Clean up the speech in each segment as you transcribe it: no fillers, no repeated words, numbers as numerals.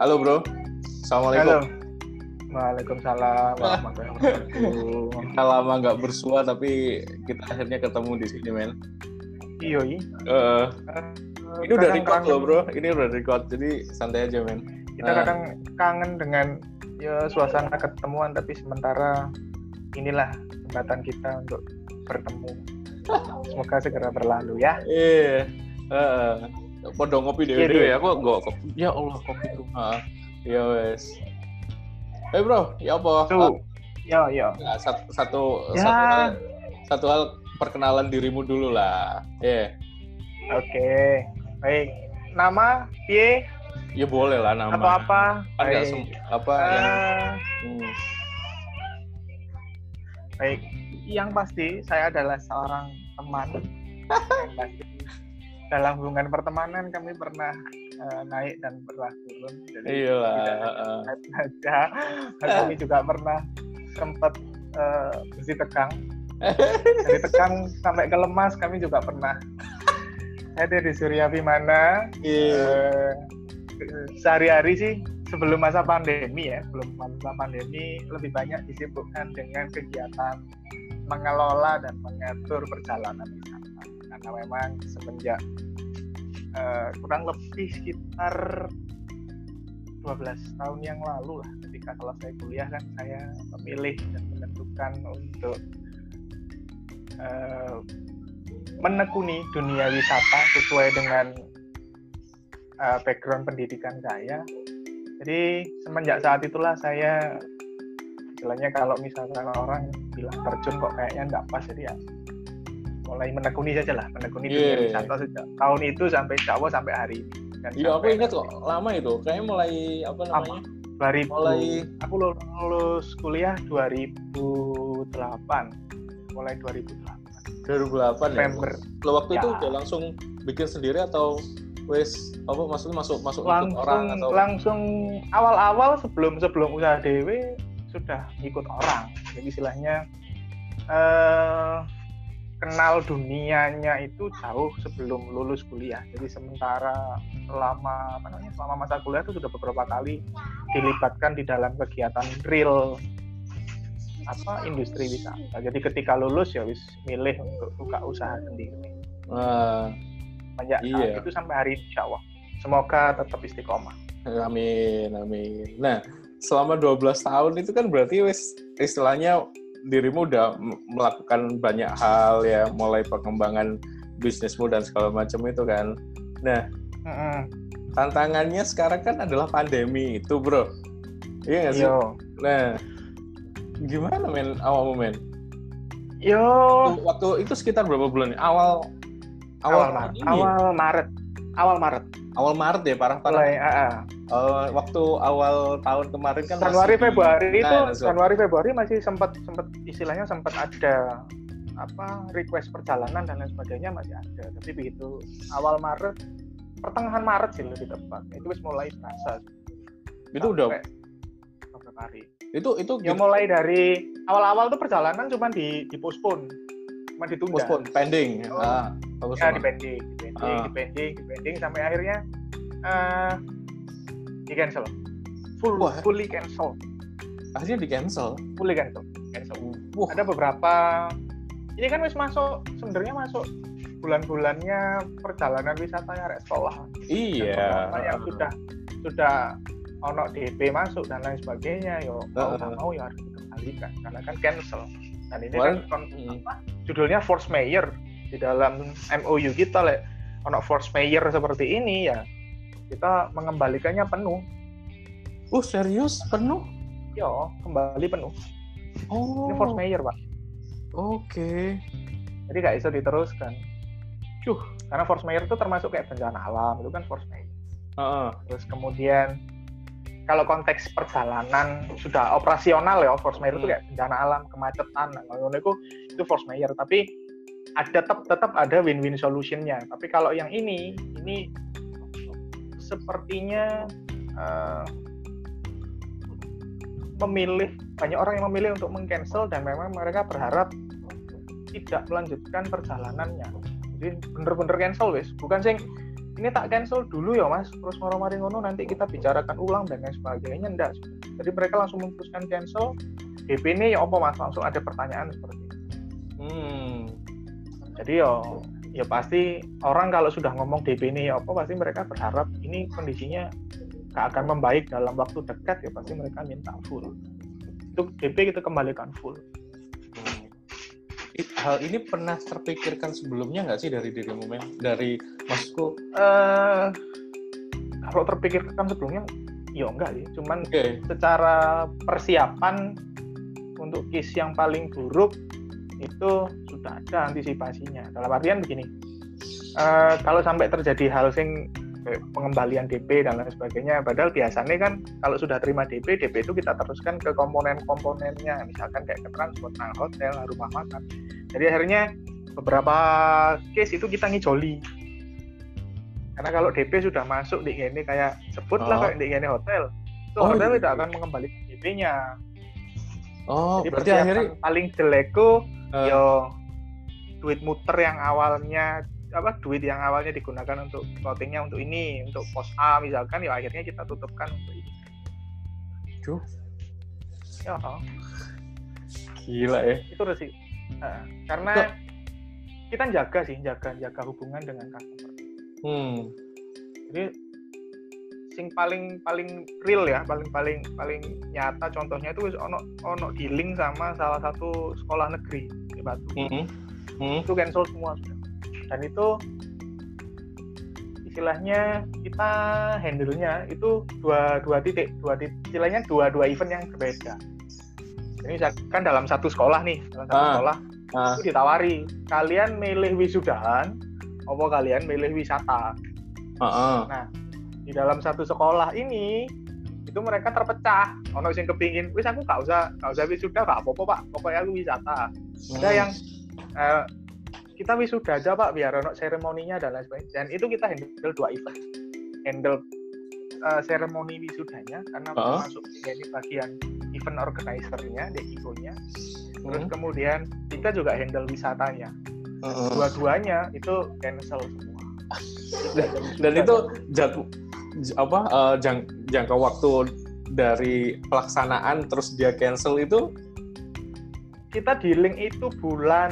Halo bro, assalamualaikum. Halo. Waalaikumsalam warahmatullahi wabarakatuh. Kita lama nggak bersua tapi kita akhirnya ketemu di sini men. Iya. Eh, ini udah record loh bro, ini udah record jadi santai aja men. Kita kadang kangen dengan ya suasana ketemuan, tapi sementara inilah kesempatan kita untuk bertemu. Semoga segera berlalu ya. Iya. Podo ngopi deh ya, aku nggak kopi. Ya Allah kopi tuh. Ya wes. Bro, ya apa? Tuh. Ya. Nah, satu hal perkenalan dirimu dulu lah. Yeah. Oke. Baik. Nama Pie? Ya boleh lah nama. Atau apa? Baik. Yang pasti saya adalah seorang teman. Pasti dalam hubungan pertemanan kami pernah naik dan pernah turun. Jadi iyalah. Kami juga pernah sempat bersih tegang. Dari tegang sampai ke lemas kami juga pernah. Saya dari Surya Vimana. Sehari-hari sih sebelum masa pandemi lebih banyak disibukkan dengan kegiatan mengelola dan mengatur perjalanan wisata. Karena memang semenjak kurang lebih sekitar 12 tahun yang lalu lah, ketika selesai kuliah kan saya memilih dan menentukan untuk menekuni dunia wisata sesuai dengan background pendidikan saya. Jadi semenjak saat itulah saya istilahnya kalau misalkan orang bilang terjun kok kayaknya nggak pas, jadi ya mulai menekuni dunia wisata sejak tahun itu sampai sampai hari ini. Iya, aku ingat kok lama itu. Kayaknya mulai apa namanya? Aku lulus kuliah 2008. Mulai 2008 November. Ya? Waktu itu udah langsung bikin sendiri atau maksudnya masuk langsung, ikut orang atau langsung awal-awal sebelum usaha dewe sudah ikut orang. Jadi istilahnya kenal dunianya itu jauh sebelum lulus kuliah. Jadi sementara selama masa kuliah itu sudah beberapa kali dilibatkan di dalam kegiatan real industri wisata. Jadi ketika lulus ya wis milih untuk buka usaha sendiri. Saat itu sampai hari ini insya Allah. Semoga tetap istiqomah. Amin. Nah, selama 12 tahun itu kan berarti istilahnya dirimu udah melakukan banyak hal ya, mulai pengembangan bisnismu dan segala macam itu kan. Nah, tantangannya sekarang kan adalah pandemi itu, bro. Iya nggak sih? Nah, gimana awalmu men? Waktu itu sekitar berapa bulan? Awal Maret ya, parah. Waktu awal tahun kemarin kan Januari Februari masih sempat istilahnya sempat ada request perjalanan dan lain sebagainya masih ada. Tapi begitu awal Maret, pertengahan Maret sih lebih tepat, itu mulai terasa. Itu udah beberapa hari. Itu ya mulai dari awal-awal tuh perjalanan cuma dipospon, cuma ditunda. Postpone, pending. Dipending sampai akhirnya di cancel. Fully cancel. Akhirnya di cancel. Fully cancel. Ada beberapa. Ini kan sebenarnya masuk bulan-bulannya perjalanan wisatanya sekolah. Iya. Yang sudah ono DP masuk dan lain sebagainya, mau ya harus dikembalikan karena kan cancel. Dan ini judulnya force majeure di dalam MOU kita ono force majeure seperti ini ya kita mengembalikannya penuh. Serius penuh? Ya, kembali penuh. Ini force majeure, Pak. Oke. Jadi nggak bisa diteruskan. Karena force majeure itu termasuk kayak bencana alam, itu kan force majeure. Terus kemudian kalau konteks perjalanan sudah operasional ya, force majeure itu kayak bencana alam, kemacetan, itu force majeure. Tapi tetap ada win-win solution-nya. Tapi kalau yang ini sepertinya banyak orang yang memilih untuk meng-cancel dan memang mereka berharap tidak melanjutkan perjalanannya. Jadi bener-bener cancel bukan sing ini tak cancel dulu ya mas, terus mari ngono nanti kita bicarakan ulang dan lain sebagainya. Enggak, jadi mereka langsung memutuskan cancel. DP ini ya apa mas, langsung ada pertanyaan seperti itu. Jadi ya pasti orang kalau sudah ngomong DP ini ya apa, pasti mereka berharap ini kondisinya gak akan membaik dalam waktu dekat, ya pasti mereka minta full. Itu DP kita kembalikan full. Hal ini pernah terpikirkan sebelumnya nggak sih dari dirimu, Men? Dari maksudku? Kalau terpikirkan sebelumnya, ya enggak sih. Cuman secara persiapan untuk case yang paling buruk itu sudah ada antisipasinya. Dalam artian begini, kalau sampai terjadi hal sing pengembalian DP dan lain sebagainya, padahal biasanya kan kalau sudah terima DP itu kita teruskan ke komponen-komponennya, misalkan kayak ke transport, hotel, rumah makan. Jadi akhirnya beberapa case itu kita ngijoli, karena kalau DP sudah masuk di ini kayak sebutlah kayak di ini hotel, itu hotel tidak akan mengembalikan DP-nya. Jadi berarti akhirnya paling jelekku yo duit muter yang awalnya duit yang awalnya digunakan untuk clothingnya untuk ini, untuk pos A misalkan, ya akhirnya kita tutupkan untuk ini. Ya, gila ya. Itu resiko. Karena kita jaga hubungan dengan customer. Jadi sing paling real ya, paling nyata contohnya itu ono dealing sama salah satu sekolah negeri di Batu. Itu cancel semua sudah. Dan itu istilahnya kita handle-nya itu dua istilahnya dua event yang berbeda. Jadi misalkan dalam satu sekolah itu ditawari, kalian milih wisudahan apa kalian milih wisata. Nah, di dalam satu sekolah ini itu mereka terpecah. Ono sing kepingin, wis aku gak usah wisuda, gak apa-apa Pak, pokoknya aku wisata. Ada yang kita wisuda aja Pak, biar ono seremoninya dan lain sebagainya. Dan itu kita handle dua event. Handle seremoni wisudanya karena masuk jadi bagian event organizer-nya, DIO-nya. Terus kemudian kita juga handle wisatanya. Dua-duanya itu cancel semua. Dan itu jangka waktu dari pelaksanaan terus dia cancel itu kita dealing itu bulan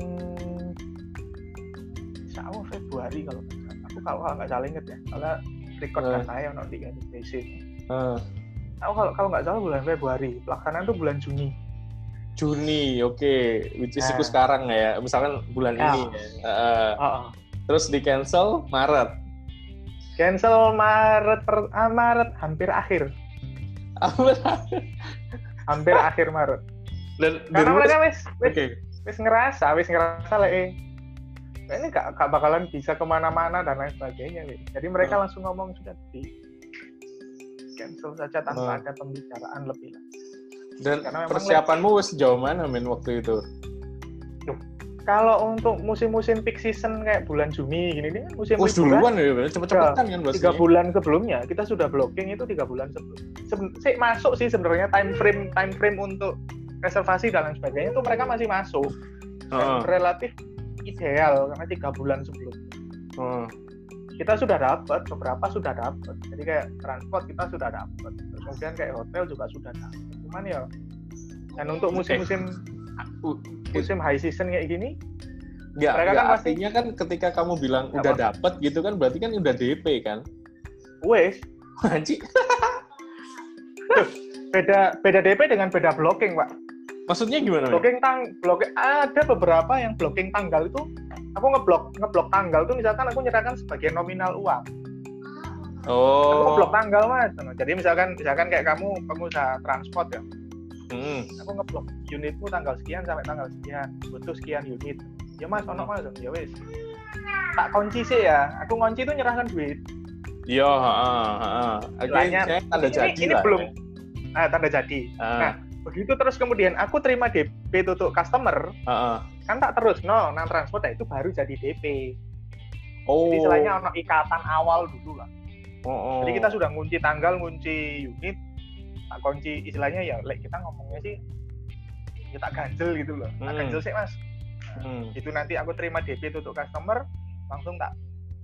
Februari kalau nggak salah inget ya, karena record kan saya di basic. Kalau nggak salah bulan Februari, pelaksanaan tuh bulan Juni, oke. Which is itu sekarang ya, misalkan bulan ini ya. Terus di cancel Maret hampir akhir Maret. Dan karena mereka wis ngerasa lah ini gak bakalan bisa kemana-mana dan lain sebagainya. Jadi mereka langsung ngomong sudah di cancel saja tanpa ada pembicaraan lebih. Dan persiapanmu sejauh mana waktu itu? Kalau untuk musim-musim peak season kayak bulan Juni gini kan musim duluan ya, cepet-cepetan kan biasanya. 3 bulan sebelumnya kita sudah blocking itu 3 bulan sebelum. Masuk sih sebenarnya time frame untuk reservasi dan lain sebagainya itu mereka masih masuk. Relatif ideal karena 3 bulan sebelum. Kita sudah dapat, beberapa sudah dapat. Jadi kayak transport kita sudah dapat. Terus kemudian kayak hotel juga sudah dapat. Cuman ya, dan untuk musim high season kayak gini, mereka kan artinya kan ketika kamu bilang udah dapat gitu kan, berarti kan udah DP kan? Wes. Anjing. Beda DP dengan beda blocking, Pak. Maksudnya gimana? Blocking ada beberapa yang blocking tanggal itu aku ngeblok tanggal tuh misalkan aku nyerahkan sebagai nominal uang. Aku ngeblok tanggal Mas. Jadi misalkan kayak kamu pengusaha transport ya. Aku ngeblok unitmu tanggal sekian sampai tanggal sekian, butuh sekian unit. Ya Mas, ono Mas, ya wis. Tak kunci sih ya. Aku ngunci tuh nyerahkan duit. Iya, tanda jadi. Ini belum tanda jadi. Nah, begitu terus kemudian aku terima DP untuk customer, kan tak terus nang transport itu baru jadi DP. Jadi istilahnya ono ikatan awal dulu lah. Jadi kita sudah ngunci tanggal, ngunci unit, tak kunci istilahnya ya, kita ngomongnya sih ya tak ganjel gitu loh. Tak ganjel sih Mas. Itu nanti aku terima DP untuk customer, langsung tak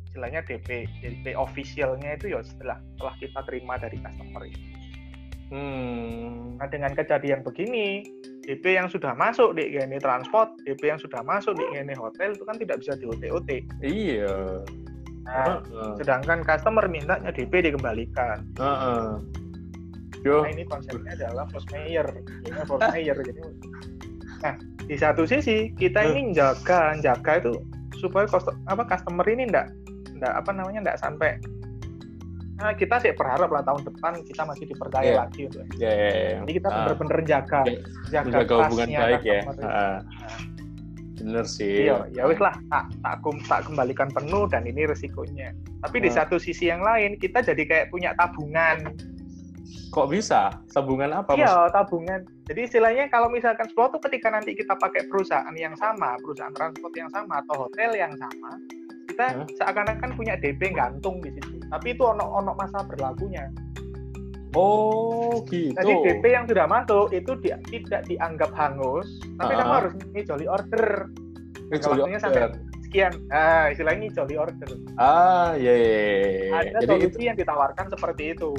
istilahnya DP officialnya itu ya setelah kita terima dari customer itu. Nah dengan kejadian begini, DP yang sudah masuk di ini transport, DP yang sudah masuk di ini hotel itu kan tidak bisa di OT. Iya. Nah, sedangkan customer mintanya DP dikembalikan. Nah ini konsepnya adalah force majeure. Jadi, nah di satu sisi kita ini jaga itu supaya customer ini enggak sampai. Nah, kita sih berharap lah tahun depan kita masih dipercaya lagi untuk itu. Jadi kita benar-benar jaga hubungan baik ya. Bener sih. Ya wis lah, tak kembalikan penuh dan ini resikonya. Tapi di satu sisi yang lain kita jadi kayak punya tabungan. Kok bisa? Tabungan apa? Iya, tabungan. Jadi istilahnya kalau misalkan suatu ketika nanti kita pakai perusahaan yang sama, perusahaan transport yang sama atau hotel yang sama, kita seakan-akan punya DP gantung di situ. Tapi itu ono masa berlakunya. Oh, gitu. Jadi DP yang sudah masuk itu tidak dianggap hangus, tapi kamu harus ngijoli order. Waktunya sampai sekian. Istilahnya ngijoli order. Iya. Ada jadi solusi yang ditawarkan seperti itu.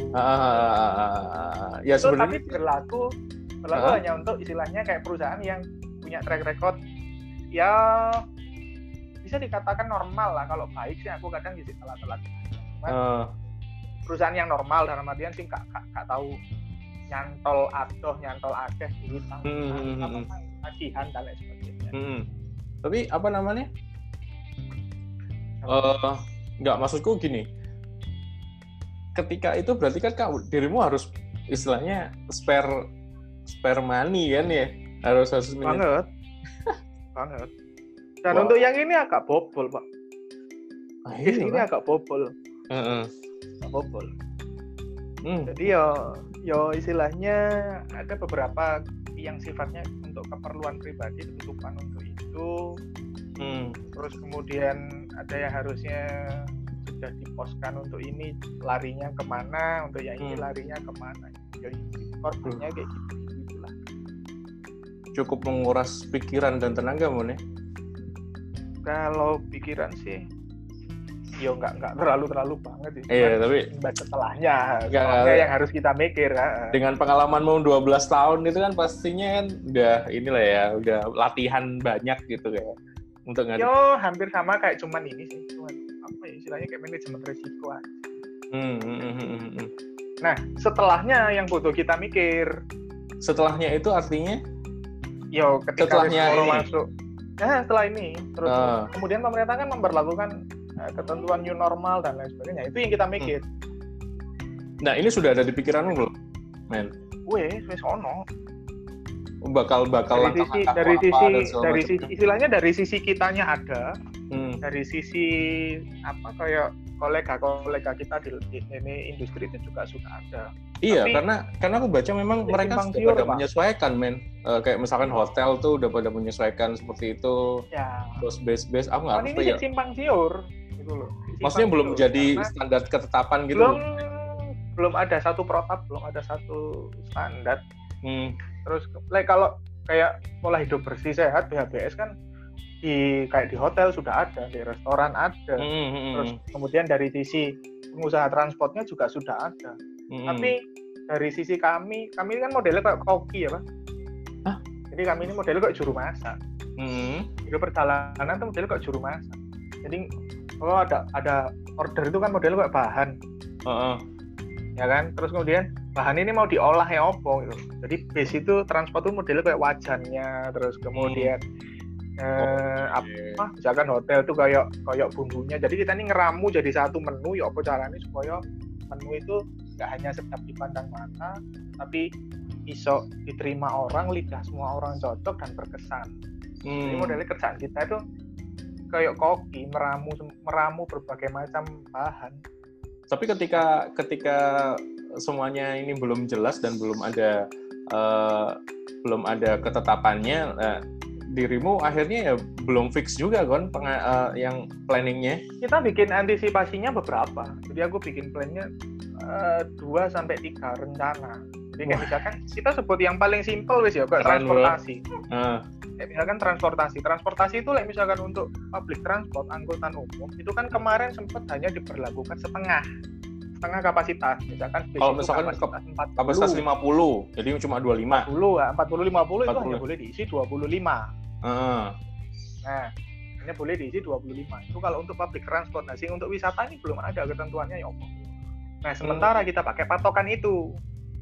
Ya itu sebenarnya tapi berlaku hanya untuk istilahnya kayak perusahaan yang punya track record ya bisa dikatakan normal lah. Kalau baik sih aku kadang jadi telat-telat. Perusahaan yang normal dalam artian sih gak tahu nyantol akeh duit tagihan dan lain sebagainya. Tapi apa namanya? Nggak, maksudku gini. Ketika itu berarti kan dirimu harus istilahnya spare money kan ya? Harus banget. Dan untuk yang ini agak bobol, Pak. Ini agak bobol. Bobol. Jadi ya istilahnya ada beberapa yang sifatnya untuk keperluan pribadi tutupan untuk itu. Terus kemudian ada yang harusnya sudah diposkan untuk ini larinya kemana, untuk yang ini larinya kemana. Jadi korbannya kayak gitulah. Cukup menguras pikiran dan tenaga, Mon ya? Kalau pikiran sih yo nggak terlalu banget sih. Iya, tapi setelahnya yang harus kita mikir kan. Dengan pengalamanmu 12 tahun itu kan pastinya kan udah inilah ya, udah latihan banyak gitu kayak untuk ngadep. Yo hampir sama kayak cuman ini sih, cuman apa ya istilahnya kayak manajemen risiko aja. Nah, setelahnya yang butuh kita mikir. Setelahnya itu artinya yo ketika masuk. Setelah ini terus kemudian pemerintah kan memberlakukan ketentuan new normal dan lain sebagainya. Itu yang kita mikir. Nah, ini sudah ada di pikiranmu belum, men? Wes ono. Bakal dari sisi istilahnya dari sisi kitanya ada. Dari sisi apa kayak kolega kita di ini industri itu juga sudah ada. Iya, karena aku baca memang mereka sudah pada menyesuaikan, men. Kayak misalkan hotel tuh udah pada menyesuaikan seperti itu. Ya. Terus base aku nggak ngerti ya. Ini simpang siur gitu loh. Maksudnya belum jadi standar ketetapan gitu. Belum ada satu protap, belum ada satu standar. Terus kalau kayak pola hidup bersih sehat BHBS kan kayak di hotel sudah ada, di restoran ada. Terus kemudian dari sisi pengusaha transportnya juga sudah ada. Tapi dari sisi kami kan modelnya kayak koki ya, Pak. Jadi kami ini modelnya kayak juru masak. Jadi perjalanan itu modelnya kayak juru masak. Jadi ada order itu kan modelnya kayak bahan. Ya kan? Terus kemudian bahan ini mau diolah ya opo gitu. Jadi base itu transport itu modelnya kayak wajannya, terus kemudian misalkan hotel itu kayak bumbunya. Jadi kita ini ngeramu jadi satu menu ya apa caranya supaya menu itu nggak hanya sedap dipandang mata, tapi iso diterima orang, lidah semua orang cocok dan berkesan. Jadi modelnya kerjaan kita itu kayak koki meramu berbagai macam bahan. Tapi ketika semuanya ini belum jelas dan belum ada ketetapannya, dirimu akhirnya ya belum fix juga kan yang planningnya. Kita bikin antisipasinya beberapa. Jadi aku bikin plannya 2-3 rencana. Jadi Jadi kayak misalkan kita sebut yang paling simpel wis ya, kayak transportasi. Kayak misalkan transportasi itu misalkan untuk public transport, angkutan umum itu kan kemarin sempat hanya diberlakukan setengah kapasitas. Misalkan kalau misalkan kapasitas 50, jadi cuma 25. 40 itu hanya boleh diisi 25. Nah, hanya boleh diisi 25. Itu kalau untuk public transport. Nah, untuk wisata ini belum ada ketentuannya ya apa. Nah, sementara kita pakai patokan itu.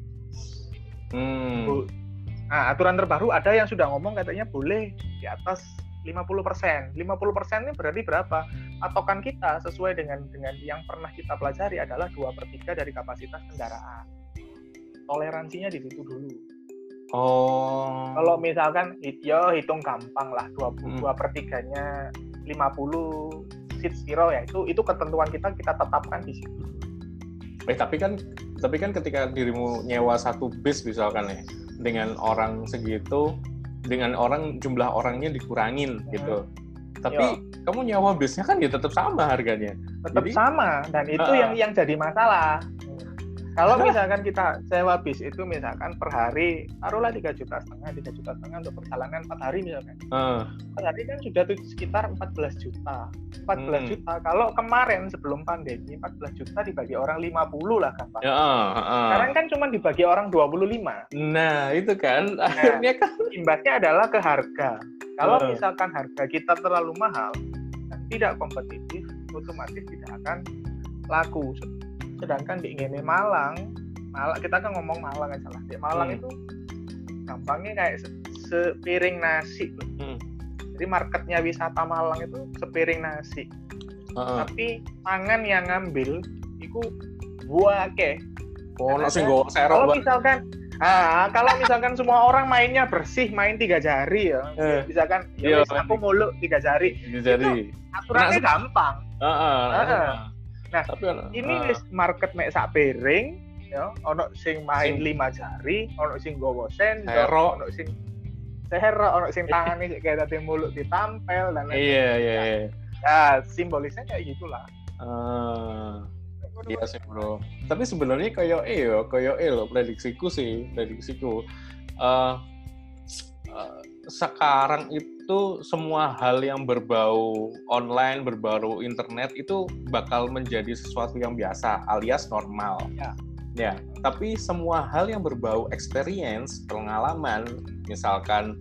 Nah, aturan terbaru ada yang sudah ngomong katanya boleh di atas 50%. 50% ini berarti berapa? Patokan kita sesuai dengan yang pernah kita pelajari adalah 2/3 dari kapasitas kendaraan. Toleransinya di situ dulu. Kalau misalkan hitung gampang lah, 2/3-nya 50 seat zero ya, itu ketentuan kita tetapkan di situ. Tapi kan ketika dirimu nyewa satu bis misalkan ya, dengan orang segitu, dengan jumlah orangnya dikurangin gitu. Tapi kamu nyewa bisnya kan ya tetap sama harganya. Tetap sama, dan itu yang jadi masalah. Kalau misalkan kita sewa bis itu misalkan per hari taruhlah 3,5 juta untuk perjalanan 4 hari misalkan. 4 hari kan sudah sekitar 14 juta. 14 juta kalau kemarin sebelum pandemi 14 juta dibagi orang 50 lah gampang. Sekarang kan cuma dibagi orang 25. Nah, itu kan akhirnya kan imbasnya adalah ke harga. Kalau misalkan harga kita terlalu mahal dan tidak kompetitif, otomatis tidak akan laku. Sedangkan di ngene Malang kita kan ngomong Malang aja lah. Di Malang itu gampangnya kayak sepiring nasi. Jadi marketnya wisata Malang itu sepiring nasi. Tapi tangan yang ngambil itu buake. Kalau misalkan semua orang mainnya bersih, main 3 jari ya. Misalkan aku muluk 3 jari. Itu aturannya gampang. Nah, ini wis market mek sak piring, ya, ono sing main 5 jari, ono sing gowo sendok, ono sing sehero, ono sing tangane kayak tadi mulut ditampel dan lain-lain. Iya. Ya, simbolisnya kayak gitulah. Iya sih, Bro. Tapi sebenarnya kayak lo prediksiku. Sekarang itu semua hal yang berbau online, berbau internet itu bakal menjadi sesuatu yang biasa alias normal. Ya. Tapi semua hal yang berbau experience, pengalaman, misalkan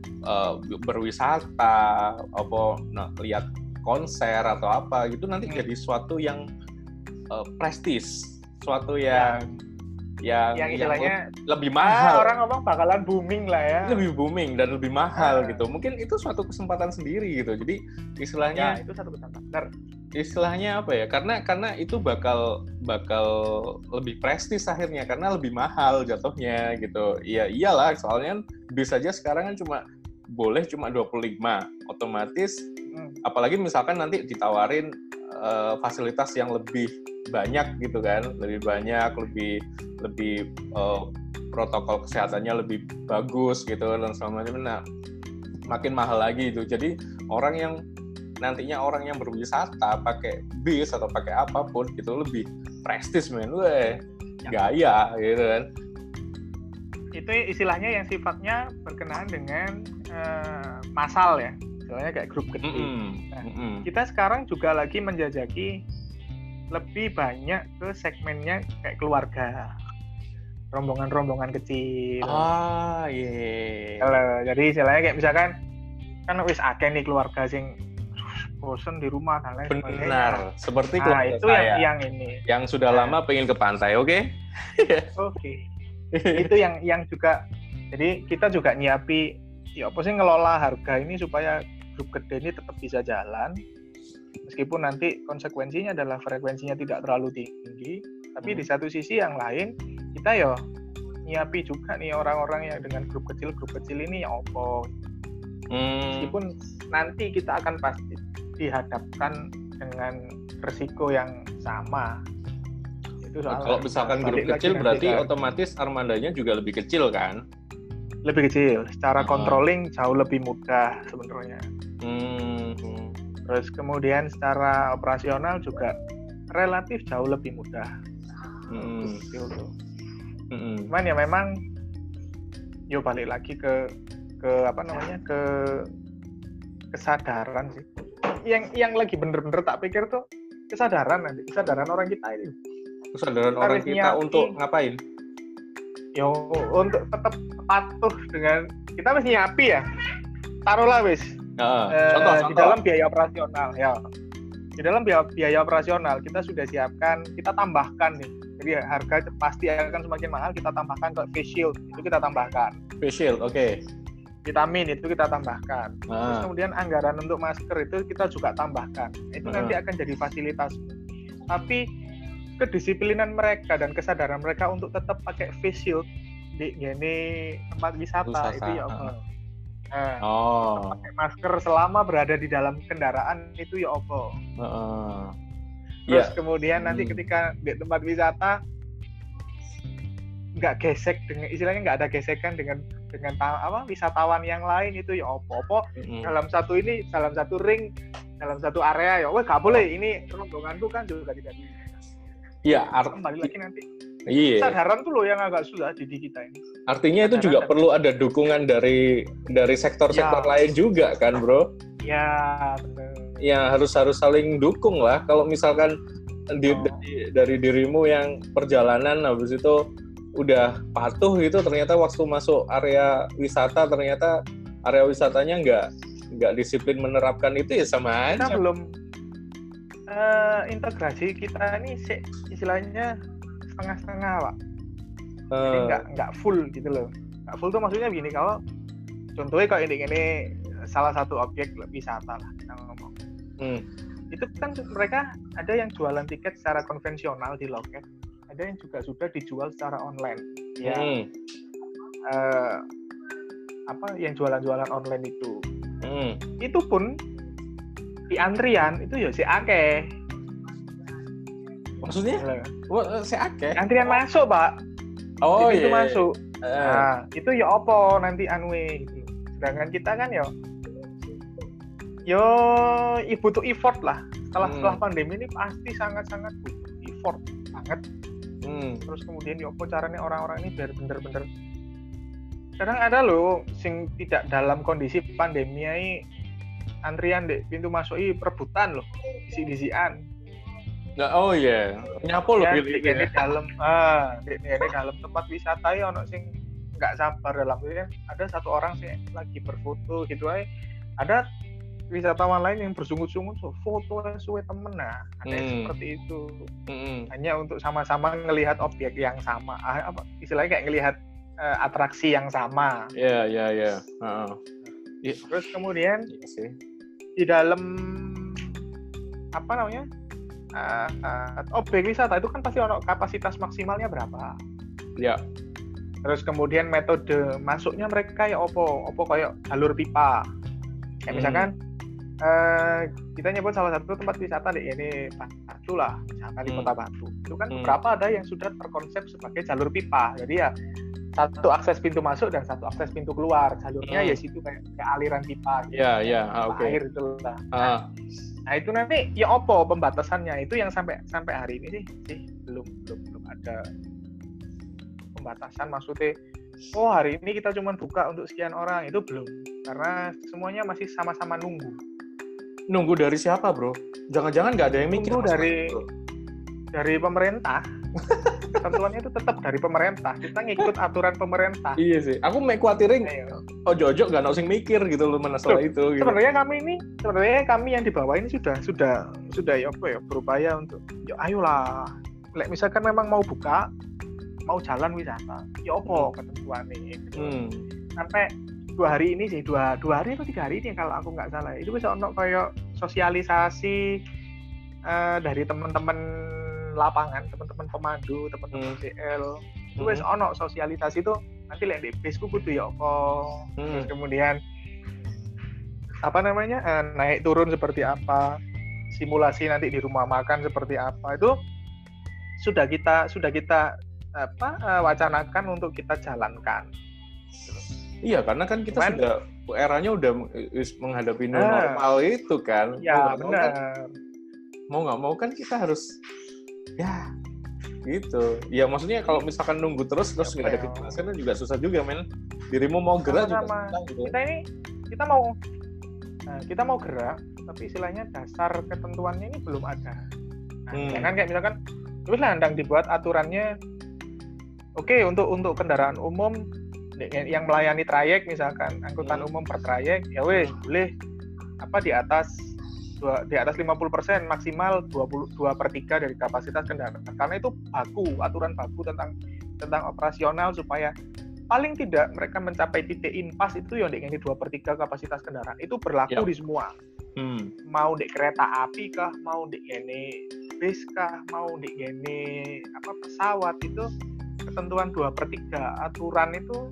berwisata, lihat konser atau apa gitu nanti jadi sesuatu yang prestis, suatu yang istilahnya lebih mahal. Orang ngomong bakalan booming lah ya. Lebih booming dan lebih mahal gitu. Mungkin itu suatu kesempatan sendiri gitu. Jadi istilahnya itu satu kesempatan. Istilahnya apa ya? Karena itu bakal lebih prestis akhirnya karena lebih mahal jatuhnya gitu. Iya iyalah, soalnya bis aja sekarang kan boleh cuma 25. Otomatis apalagi misalkan nanti ditawarin fasilitas yang lebih banyak gitu kan, lebih banyak, lebih protokol kesehatannya lebih bagus gitu dan semuanya, makin mahal lagi itu. Jadi orang yang berwisata pakai bis atau pakai apapun gitu lebih prestis gaya gitu kan. Itu istilahnya yang sifatnya berkenaan dengan massal ya, istilahnya kayak grup gede. Kita sekarang juga lagi menjajaki lebih banyak ke segmennya kayak keluarga, rombongan kecil. Jadi istilahnya kayak misalkan kan wis akeh nih keluarga sing bosen di rumah dan lain sebagainya. Benar, seperti keluarga itu saya yang ini. Yang sudah lama pengen ke pantai, oke? Oke. Itu yang juga. Jadi kita juga nyiapi ya apa sih ngelola harga ini supaya grup gede ini tetap bisa jalan. Meskipun nanti konsekuensinya adalah frekuensinya tidak terlalu tinggi, tapi di satu sisi yang lain kita nyiapi juga nih orang-orang yang dengan grup kecil ini ya opo. Meskipun nanti kita akan pasti dihadapkan dengan resiko yang sama. Itu kalau misalkan grup kecil berarti otomatis armadanya juga lebih kecil kan? Lebih kecil, secara controlling jauh lebih mudah sebenarnya. Terus kemudian secara operasional juga relatif jauh lebih mudah. Cuman ya memang balik lagi ke apa namanya, ke kesadaran sih. Yang lagi bener-bener tak pikir tuh kesadaran orang kita ini. Kesadaran orang kita untuk ngapain? Ya untuk tetap patuh dengan, kita mesti nyapi ya. Taruhlah wis. Contoh. Di dalam biaya operasional ya. Di dalam biaya operasional kita sudah siapkan, kita tambahkan nih. Jadi harga pasti akan semakin mahal, kita tambahkan ke face shield, itu kita tambahkan. Face shield, oke. Vitamin itu kita tambahkan. Terus kemudian anggaran untuk masker itu kita juga tambahkan. Itu nanti akan jadi fasilitas. Tapi kedisiplinan mereka dan kesadaran mereka untuk tetap pakai face shield di tempat wisata. Itu ya apa? Pakai masker selama berada di dalam kendaraan itu ya apa? Terus kemudian nanti ketika di tempat wisata nggak gesek dengan, istilahnya nggak ada gesekan dengan wisatawan yang lain, itu ya apa dalam satu ring, dalam satu area ya nggak boleh, ini rombonganku kan juga tidak bisa. Iya, kembali lagi nanti. Iya. Kesadaran tuh loh yang agak susah di kita ini. Artinya itu juga perlu ada dukungan dari sektor-sektor lain juga kan, Bro? Ya, benar. Ya harus saling dukung lah. Kalau misalkan dari dirimu yang perjalanan habis itu udah patuh gitu, ternyata waktu masuk area wisata ternyata area wisatanya nggak disiplin menerapkan itu, ya sama aja. Kita belum integrasi kita ini istilahnya setengah-setengah, Pak. Jadi nggak full gitu loh. Nggak full tuh maksudnya begini, kalau contohnya kalau ini salah satu objek wisata lah kita ngomong. Itu kan mereka ada yang jualan tiket secara konvensional di loket, ada yang juga sudah dijual secara online. Ya. Yang jualan-jualan online itu. Itu pun di antrian itu ya si akeh. Maksudnya? Si akeh? Antrian masuk, Pak. Oh iya. Itu masuk. Nah, itu ya opo nanti gitu. Sedangkan kita kan butuh effort lah. Setelah pandemi ini pasti sangat-sangat butuh effort banget. Terus kemudian opo caranya orang-orang ini biar bener-bener. Kadang ada loh sing tidak dalam kondisi pandemi ini antrian di pintu masuk ini perebutan loh, disi-disian. Oh iya, nyapo loh di dalam dalam tempat wisata ya ono sing nggak sabar dalam kan. Ada satu orang sih lagi berfoto gitu aja. Ada wisatawan lain yang bersungut-sungut foto suwe temen, nah ada yang seperti itu. Hanya untuk sama-sama ngelihat objek yang sama, istilahnya kayak ngelihat atraksi yang sama. Iya. Terus kemudian di dalam objek wisata itu kan pasti ono kapasitas maksimalnya berapa. Ya. Terus kemudian metode masuknya mereka ya opo kayak jalur pipa. Kayak misalkan kita nyebut salah satu tempat wisata ini Batu lah, misalkan di Kota Batu. Itu kan beberapa ada yang sudah terkonsep sebagai jalur pipa. Jadi ya satu akses pintu masuk dan satu akses pintu keluar. Jalurnya ya situ kayak aliran pipa gitu. Oke. Air itu lah. Nah, itu nanti ya opo pembatasannya, itu yang sampai hari ini sih belum ada pembatasan, maksudnya hari ini kita cuma buka untuk sekian orang, itu belum, karena semuanya masih sama-sama nunggu dari siapa, Bro? Jangan-jangan nggak ada yang mikir dari pemerintah. Ketentuannya itu tetap dari pemerintah, kita ngikut aturan pemerintah. Iya sih, aku khawatirin ojo-ojo nggak sing mikir gitu loh masalah itu gitu. Sebenarnya kami yang di bawah ini sudah berupaya untuk ayolah, misalkan memang mau buka, mau jalan wisata, ketentuannya sampai 2 hari ini sih, 2 hari atau 3 hari ini kalau aku nggak salah, itu bisa ono kayak sosialisasi dari teman-teman lapangan, teman-teman pemandu, teman-teman CL, itu wis ono sosialisasi itu nanti lihat di Facebookku tuh terus kemudian naik turun seperti apa, simulasi nanti di rumah makan seperti apa, itu sudah kita wacanakan untuk kita jalankan. Iya, karena kan kita sudah eranya udah menghadapi normal itu kan. Ya benar. Mau nggak mau kan kita harus Gitu. Ya maksudnya kalau misalkan nunggu terus nggak ada kejelasan juga susah juga, men. Dirimu mau gerak juga susah gitu. Kita mau gerak, tapi istilahnya dasar ketentuannya ini belum ada. Kan kayak misalkan terus landang dibuat aturannya. Oke, untuk kendaraan umum yang melayani trayek misalkan angkutan umum per trayek ya wes boleh di atas 50% maksimal 2/3 dari kapasitas kendaraan, karena itu aturan baku tentang operasional supaya paling tidak mereka mencapai titik impas itu yang ini 2/3 kapasitas kendaraan itu berlaku di semua. Mau di kereta api kah, mau di bis kah, mau di pesawat, itu ketentuan 2/3 aturan itu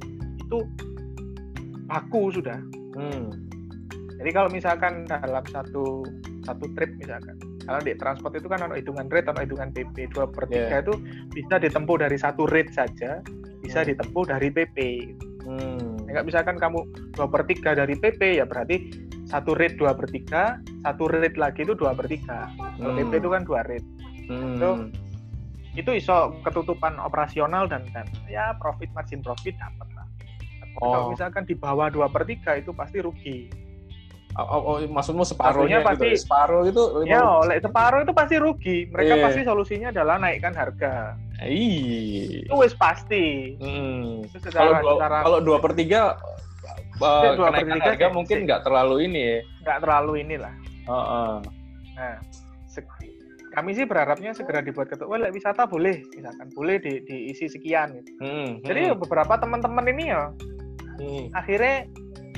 baku sudah. Jadi kalau misalkan dalam satu trip misalkan, kalau di transport itu kan ada hitungan rate atau hitungan PP, 2/3 itu bisa ditempuh dari satu rate saja, bisa ditempuh dari PP. Enggak misalkan kamu 2/3 dari PP ya berarti satu rate 2/3, satu rate lagi itu 2/3. Kalau PP itu kan 2 rate. Itu iso ketutupan operasional dan ya margin profit dapat lah. Kalau misalkan di bawah 2/3 itu pasti rugi. Maksudmu separuhnya pasti gitu? Separuh itu? Ya, separuh itu pasti rugi. Mereka pasti solusinya adalah naikkan harga. Itu wis pasti. Kalau 2/3 kenaikan harga mungkin nggak terlalu ini ya? Nggak terlalu inilah. Nah, kami sih berharapnya segera dibuat ketentuan wisata boleh, misalkan boleh diisi sekian gitu. Jadi beberapa teman-teman ini ya akhirnya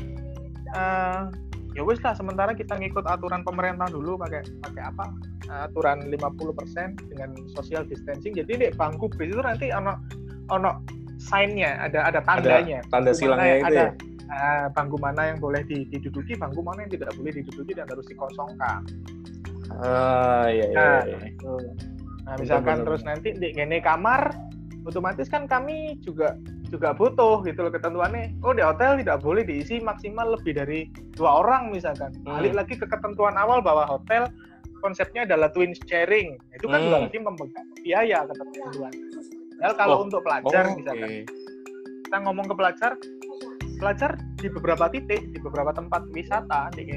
ya wis lah, sementara kita ngikut aturan pemerintah dulu pakai aturan 50% dengan social distancing. Jadi di bangku bis itu nanti ono sign-nya, ada tandanya. Ada tanda silangnya itu ya? Bangku mana yang boleh diduduki, bangku mana yang tidak boleh diduduki dan harus dikosongkan. Iya. Nah, misalkan terus nanti di kamar, otomatis kan kami juga butuh gitu loh ketentuannya. Di hotel tidak boleh diisi maksimal lebih dari 2 orang misalkan. Balik lagi ke ketentuan awal bahwa hotel konsepnya adalah twin sharing. Itu kan juga lagi membengkak biaya ketentuan. Kalau untuk pelajar misalkan, kita ngomong ke pelajar di beberapa titik, di beberapa tempat wisata di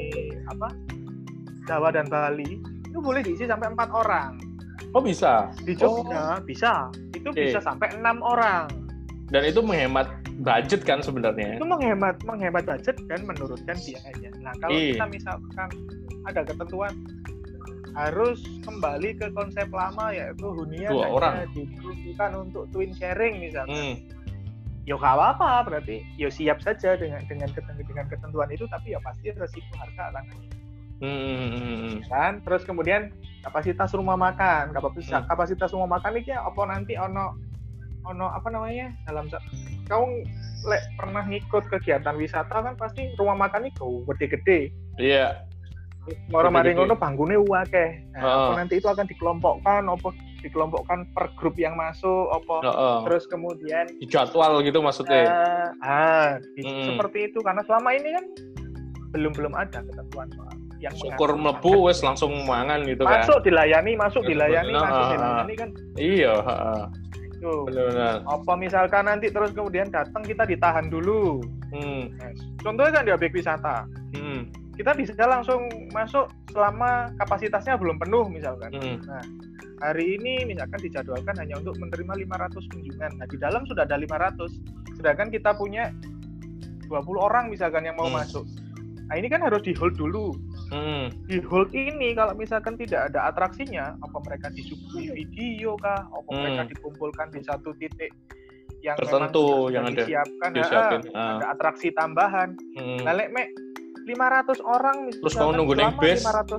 Jawa dan Bali itu boleh diisi sampai 4 orang. Bisa? Di Jogja bisa. Itu bisa sampai 6 orang. Dan itu menghemat budget kan sebenarnya? Itu menghemat budget dan menurunkan biayanya. Nah, kalau kita misalkan ada ketentuan harus kembali ke konsep lama, yaitu hunian hanya diperuntukkan untuk twin sharing misalkan. Ya nggak apa-apa, berarti ya siap saja dengan ketentuan itu, tapi ya pasti resiko harga akan naik. Kan, terus kemudian kapasitas rumah makan, kapasitas rumah makan ini apa nanti ono dalam kau pernah ngikut kegiatan wisata kan pasti rumah makan itu gede-gede. Iya. Orang mari ngono banggune akeh. Apa nanti itu akan dikelompokkan per grup yang masuk terus kemudian dijadwal gitu maksudnya. Seperti itu, karena selama ini kan belum ada ketentuan soal yang syukur mlebu wes langsung mangan gitu kan. Masuk dilayani kan. Iya, Itu. Benar. Apa misalkan nanti terus kemudian datang kita ditahan dulu. Contohnya kan di objek wisata. Kita bisa langsung masuk selama kapasitasnya belum penuh misalkan. Nah, hari ini misalkan dijadwalkan hanya untuk menerima 500 kunjungan. Nah, di dalam sudah ada 500. Sedangkan kita punya 20 orang misalkan yang mau masuk. Nah, ini kan harus di-hold dulu. Di hold ini kalau misalkan tidak ada atraksinya, apa mereka disuguhi video kah, apa mereka dikumpulkan di satu titik yang tertentu yang disiapkan, ada atraksi tambahan. Nah, 500 orang misalkan, terus kamu nunggu naik bis 500.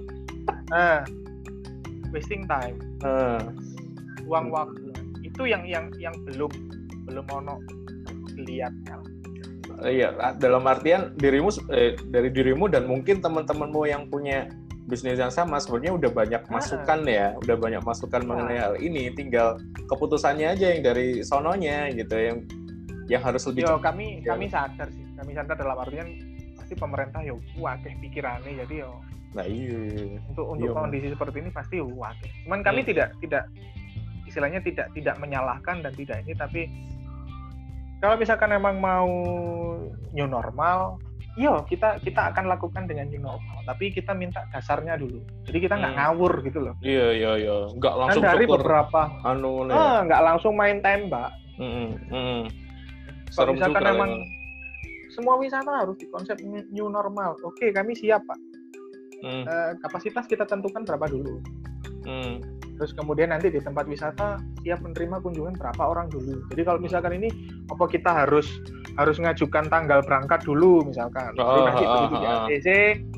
Wasting time. Uang waktu. Itu yang belum ono lihatnya. Iya, dalam artian dari dirimu dan mungkin teman-temanmu yang punya bisnis yang sama sebenarnya udah banyak masukan ya, udah banyak masukan mengenai hal ini, tinggal keputusannya aja yang dari sononya gitu yang harus lebih cepat. Kami sadar sih, dalam artian pasti pemerintah akeh pikirannya, jadi untuk kondisi seperti ini pasti akeh. Cuman kami tidak istilahnya tidak menyalahkan dan tidak ini, tapi kalau misalkan memang mau new normal, kita akan lakukan dengan new normal, tapi kita minta dasarnya dulu. Jadi kita nggak ngawur gitu loh. Iya. Nggak langsung kan dari syukur. beberapa nggak langsung main tembak. Kalau misalkan memang semua wisata harus dikonsep new normal, oke, kami siap Pak. Kapasitas kita tentukan berapa dulu. Terus kemudian nanti di tempat wisata siap menerima kunjungan berapa orang dulu. Jadi kalau misalkan ini apa kita harus ngajukan tanggal berangkat dulu misalkan. Jadi nanti begitu di ACC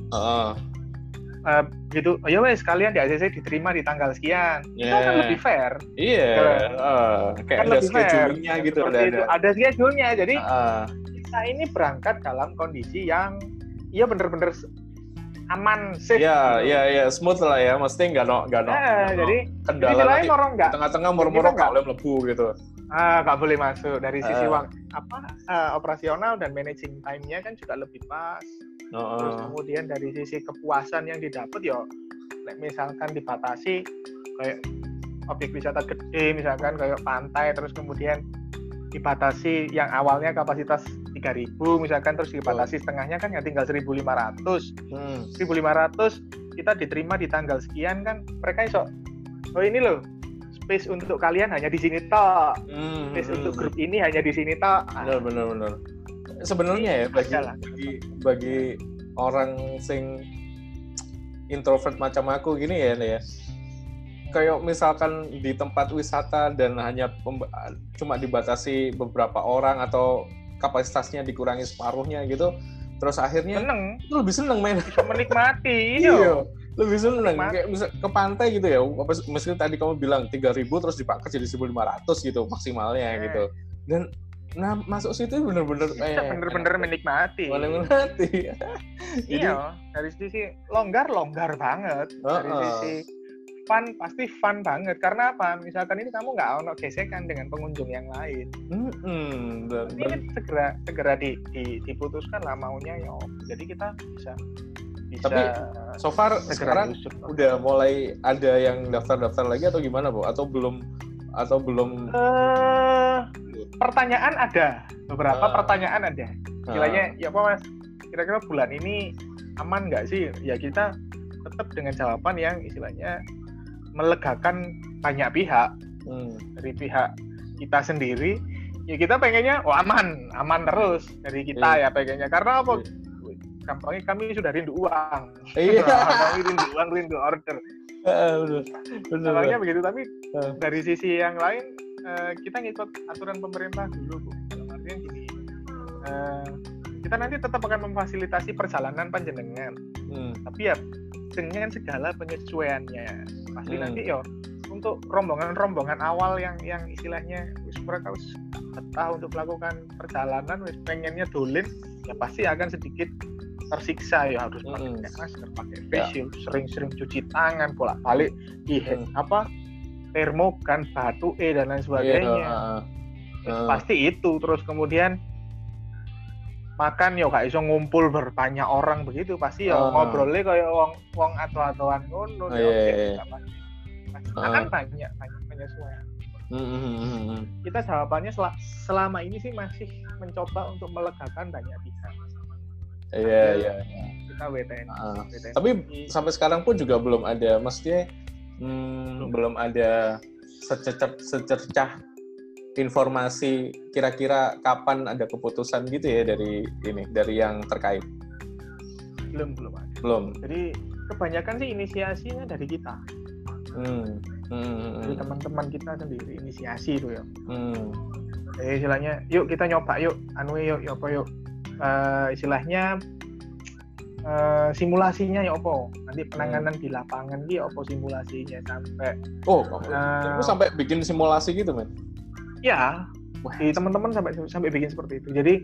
gitu, ya wes kalian di ACC diterima di tanggal sekian. Itu kan lebih fair. Iya. Kayak kan ada schedule-nya gitu. Ada schedule-nya. Jadi kita ini berangkat dalam kondisi yang benar-benar aman, safe. Iya, smooth lah ya. Mesti nggak jadi kendala lain orang nggak. Tengah-tengah murmur nggak boleh melebu gitu. Nggak boleh masuk. Dari sisi operasional dan managing time-nya kan juga lebih pas. Terus kemudian dari sisi kepuasan yang didapat misalkan dibatasi kayak objek wisata gede misalkan kayak pantai, terus kemudian dibatasi yang awalnya kapasitas 3.000 misalkan, terus dibatasi setengahnya kan ya tinggal 1.500. 1.500 kita diterima di tanggal sekian kan, mereka iso ini loh, space untuk kalian hanya di sini toh. Space untuk grup ini hanya di sini toh. Benar. Sebenarnya ya bagi orang sing introvert macam aku gini ya. Kayak misalkan di tempat wisata dan hanya cuma dibatasi beberapa orang atau kapasitasnya dikurangi separuhnya gitu, terus akhirnya itu lebih seneng main, bisa menikmati. Iya, lebih seneng kayak misal ke pantai gitu ya, meskipun tadi kamu bilang 3.000 terus dipangkas jadi 1.500 gitu maksimalnya gitu, dan masuk situ bener-bener menikmati. Iya, dari sisi longgar banget, dari sisi fun pasti fun banget. Karena apa? Misalkan ini kamu nggak ono gesekan dengan pengunjung yang lain. Ini segera diputuskan lah maunya ya. Jadi kita bisa. Tapi so far sekarang udah mulai ada yang daftar lagi atau gimana, Bu? Atau belum? Pertanyaan ada, beberapa pertanyaan ada. Istilahnya ya apa Mas? Kira-kira bulan ini aman nggak sih? Ya kita tetap dengan jawaban yang istilahnya melegakan banyak pihak. Dari pihak kita sendiri ya kita pengennya aman terus dari kita ya pengennya, karena apa? Gampangnya kami sudah rindu uang. Kami rindu uang, rindu order. Benar. Begitu, tapi dari sisi yang lain kita ngikut aturan pemerintah dulu, Bu. Dalam artian gini, kita nanti tetap akan memfasilitasi perjalanan panjenengan, tapi ya dengan segala penyesuaiannya. Pasti nanti untuk rombongan awal yang istilahnya mereka harus betah untuk melakukan perjalanan, pengennya dolin, ya pasti akan sedikit tersiksa ya, harus pakai masker, pakai face shield, sering-sering cuci tangan, bolak-balik di termogan, batu dan lain sebagainya. Pasti itu. Terus kemudian makan yo gak iso ngumpul berbanyak orang begitu, pasti ngobrolnya kayak wong atau-atoan ngono. Akan banyak penyesuaian. Kita jawabannya selama ini sih masih mencoba untuk melegakan banyak pihak. Iya. Kita WTN. Tapi sampai sekarang pun juga belum ada, maksudnya belum ada secercah informasi kira-kira kapan ada keputusan gitu ya dari yang terkait. Belum ada. Jadi kebanyakan sih inisiasinya dari kita. Dari teman-teman kita sendiri inisiasi itu ya. Istilahnya, yuk kita nyoba yuk, istilahnya simulasinya ya opo, nanti penanganan di lapangan ya opo simulasinya sampai kamu sampai bikin simulasi gitu, men? Ya, di teman-teman sampai bikin seperti itu. Jadi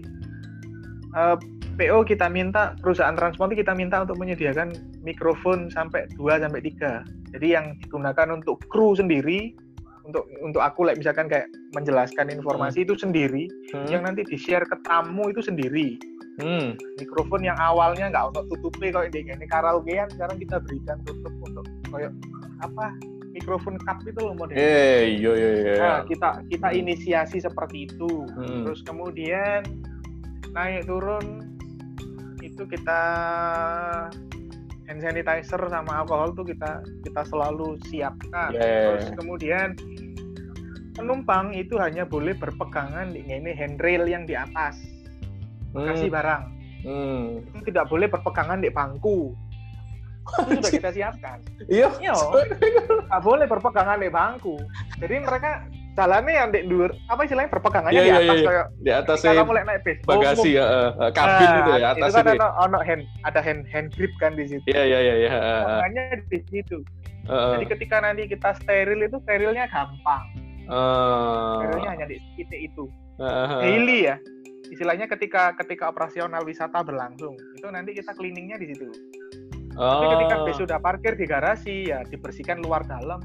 PO kita minta, perusahaan transportasi kita minta untuk menyediakan mikrofon sampai 2-3. Jadi yang digunakan untuk kru sendiri, untuk aku misalkan kayak menjelaskan informasi itu sendiri, yang nanti di-share ke tamu itu sendiri. Mikrofon yang awalnya nggak untuk tutupnya, kalau ini karaokean sekarang kita berikan tutup untuk kayak microphone cup itu loh modelnya. Iya. Nah, kita inisiasi seperti itu. Terus kemudian naik turun itu kita hand sanitizer sama alkohol tuh kita selalu siapkan. Terus kemudian penumpang itu hanya boleh berpegangan di ini handrail yang di atas kasih barang. Itu tidak boleh berpegangan di bangku. Itu sudah kita siapkan. Iya. Nggak boleh berpegangan di bangku. Jadi mereka jalannya yang di luar, apa istilahnya berpegangannya di atas kayak di atas kalau mulai naik bis bagasi kabin itu ya atas itu kan ada hand grip kan di situ. Iya. Pegangannya di situ. Jadi ketika nanti kita steril itu sterilnya gampang. Sterilnya hanya di titik itu. Daily ya. Istilahnya ketika operasional wisata berlangsung, itu nanti kita cleaningnya di situ. Tapi ketika bis sudah parkir di garasi ya dibersihkan luar dalam,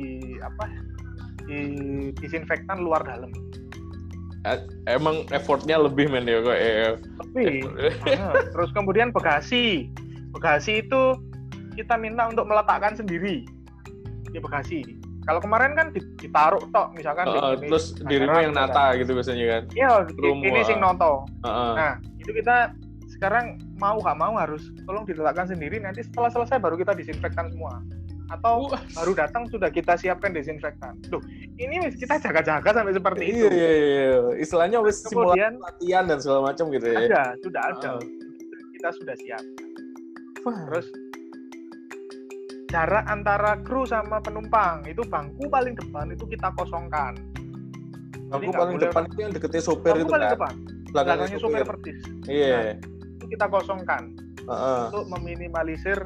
disinfektan luar dalam. Emang effortnya lebih men ya kok. Lebih. Terus kemudian bagasi itu kita minta untuk meletakkan sendiri di bagasi. Kalau kemarin kan ditaruh tok misalkan terus dirimu yang nata gitu biasanya kan. Iya, ini sing nonton. Nah, itu kita sekarang mau nggak mau harus tolong diletakkan sendiri, nanti setelah selesai baru kita disinfektan semua. Atau baru datang sudah kita siapkan desinfektan. Loh, ini kita jaga-jaga sampai seperti itu. Iya. Istilahnya wis simulasi latihan dan segala macam gitu ya. Sudah ada. Kita sudah siap. Terus jarak antara kru sama penumpang itu bangku paling depan itu kita kosongkan. Bangku paling depan itu yang deketnya sopir itu paling kan. Depan. Belakangnya sopir persis. Iya. Itu kita kosongkan untuk meminimalisir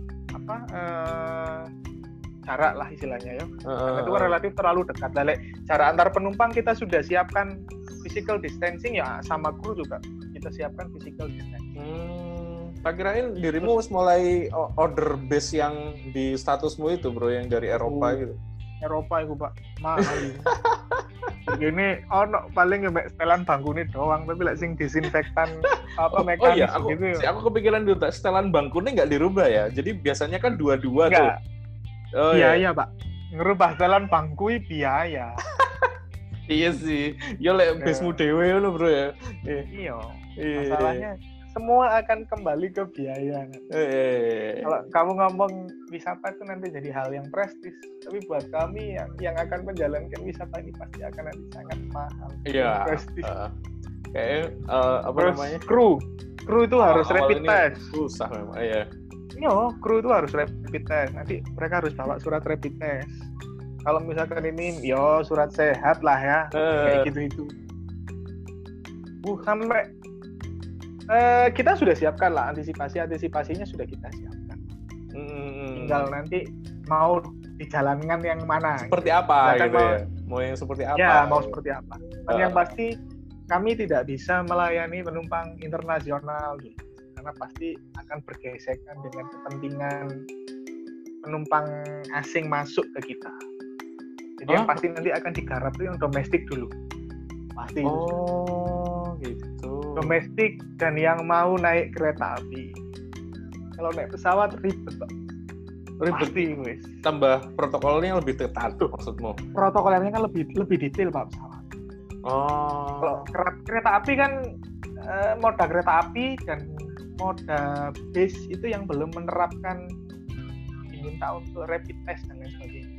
jarak lah istilahnya ya. Karena itu kan relatif terlalu dekat. Jarak antar penumpang kita sudah siapkan physical distancing ya, sama kru juga kita siapkan physical distancing. Tak kirain dirimu mulai order base yang di statusmu itu bro, yang dari Eropa gitu. Eropa itu pak, mahal. Gini, paling nggak setelan bangku ini doang, tapi lek sing disinfektan mekanis gitu. Aku kepikiran dulu, setelan bangku ini nggak dirubah ya. Jadi biasanya kan dua-dua tuh. Iya pak, ngerubah setelan bangku biaya. Iya sih, ya lek besmu dewe lo bro ya. Iya. Masalahnya semua akan kembali ke biaya. Kalau kamu ngomong wisata itu nanti jadi hal yang prestis, tapi buat kami yang akan menjalankan wisata ini pasti akan nanti sangat mahal. Iya. Prestis. Kayak namanya? Kru itu harus rapid test. Susah memang. Iya. Kru itu harus rapid test. Nanti mereka harus bawa surat rapid test. Kalau misalkan ini, surat sehat lah ya, kayak gitu. Sampai kita sudah siapkan lah antisipasinya sudah kita siapkan. Tinggal nanti mau dijalankan yang mana. Seperti apa gitu ya? Mau yang seperti apa? Ya, mau seperti apa. Yang pasti kami tidak bisa melayani penumpang internasional gitu. Karena pasti akan bergesekan dengan kepentingan penumpang asing masuk ke kita. Jadi yang pasti nanti akan digarap itu yang domestik dulu. Pasti. Gitu. Domestik dan yang mau naik kereta api. Kalau naik pesawat ribet, Pak. Pasti, wis. Tambah protokolnya lebih ketat maksudmu? Protokolnya kan lebih detail Pak pesawat. Kalau kereta api kan moda kereta api dan moda bis itu yang belum menerapkan diminta untuk rapid test dan lain sebagainya.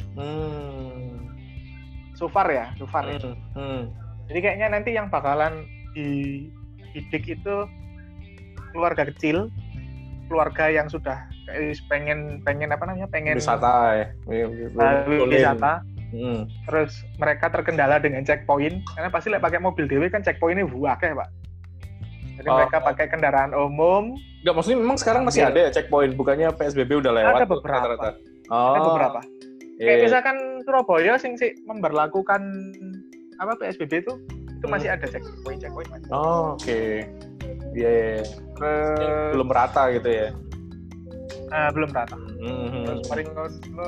So far ya. Jadi kayaknya nanti yang bakalan dididik itu keluarga kecil, keluarga yang sudah pengen wisata ya. Wisata. Terus mereka terkendala dengan checkpoint, karena pasti pakai mobil dewe kan checkpointnya buake Pak. Jadi mereka pakai kendaraan umum. Enggak, maksudnya memang sekarang masih ada ya checkpoint, bukannya PSBB udah lewat? Ada beberapa. Ada beberapa. Kayak misalkan Surabaya sing memberlakukan PSBB itu masih ada checkpoint masih. Oke. Iya. Belum rata gitu ya. Belum rata. Terus mari ngono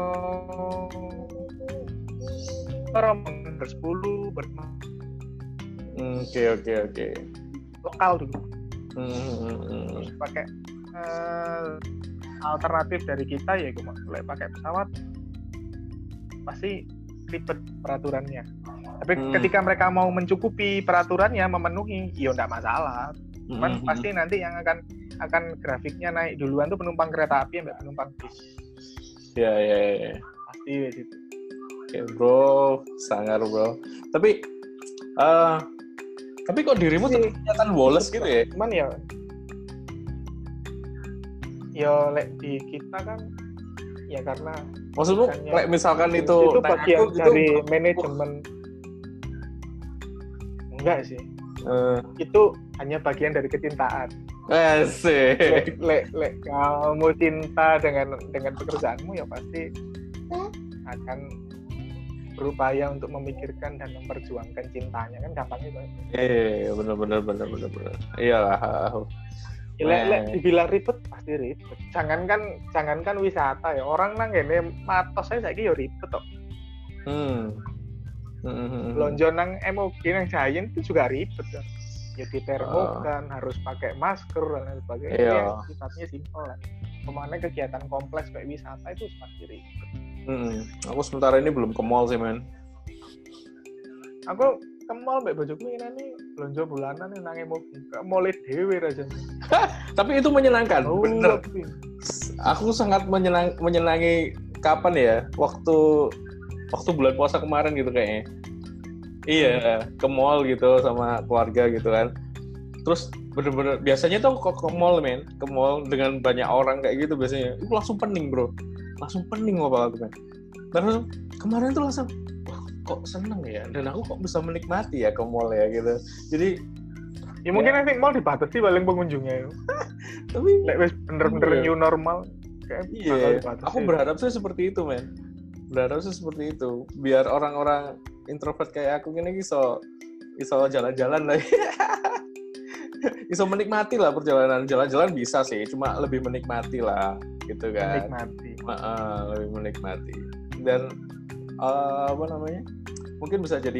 orang ber-10 Oke. Lokal dulu. Terus pakai alternatif dari kita ya pakai pesawat pasti ribet peraturannya. Tapi ketika mereka mau mencukupi peraturannya, memenuhi, ya enggak masalah. Cuman pasti nanti yang akan grafiknya naik duluan tuh penumpang kereta api, mbak, penumpang bis. Ya. Pasti gitu. Oke, bro, sangar bro. Tapi kok dirimu tuh kelihatan woles gitu ya? Cuman ya di kita kan ya karena maksudmu kayak misalkan itu bagian dari manajemen. Enggak sih. Itu hanya bagian dari kecintaan. Asik. Lek kamu cinta dengan pekerjaanmu ya pasti akan berupaya untuk memikirkan dan memperjuangkan cintanya, kan gampang itu. Benar. Iyalah. Lek dibilang ribet pasti ribet. Jangankan wisata ya, orang nang ngene matos saya saiki ya ribet kok. Lonjo nang MOG nang Giant itu juga ribet kan. Ya ditermokan, harus pakai masker dan lain sebagainya. Ya, sifatnya simpel lah. Kemana kegiatan kompleks kayak wisata itu pasti ribet. Aku sementara ini belum ke mall sih, men. Aku ke mall mbak bojoku ini nih belanja bulanan nih nang MOG. Ke mall dhewe rasanya. Tapi itu menyenangkan, bener. Aku sangat menyenangi kapan ya? Waktu bulan puasa kemarin gitu kayaknya. Iya, ke mall gitu sama keluarga gitu kan. Terus bener-bener biasanya tuh ke mall, men. Ke mall dengan banyak orang kayak gitu biasanya. Itu langsung pening, bro. Langsung pening apa tuh, men. Terus kemarin tuh langsung kok seneng ya, dan aku kok bisa menikmati ya ke mall ya gitu. Jadi ya mungkin nanti mall dibatasi paling pengunjungnya. Tapi wis bener-bener new normal kayak aku berharap sih seperti itu, men. Berharap sih seperti itu. Biar orang-orang introvert kayak aku gini iso jalan-jalan lah. Iso menikmati lah perjalanan. Jalan-jalan bisa sih, cuma lebih menikmati lah gitu kan. Lebih menikmati. Dan mungkin bisa jadi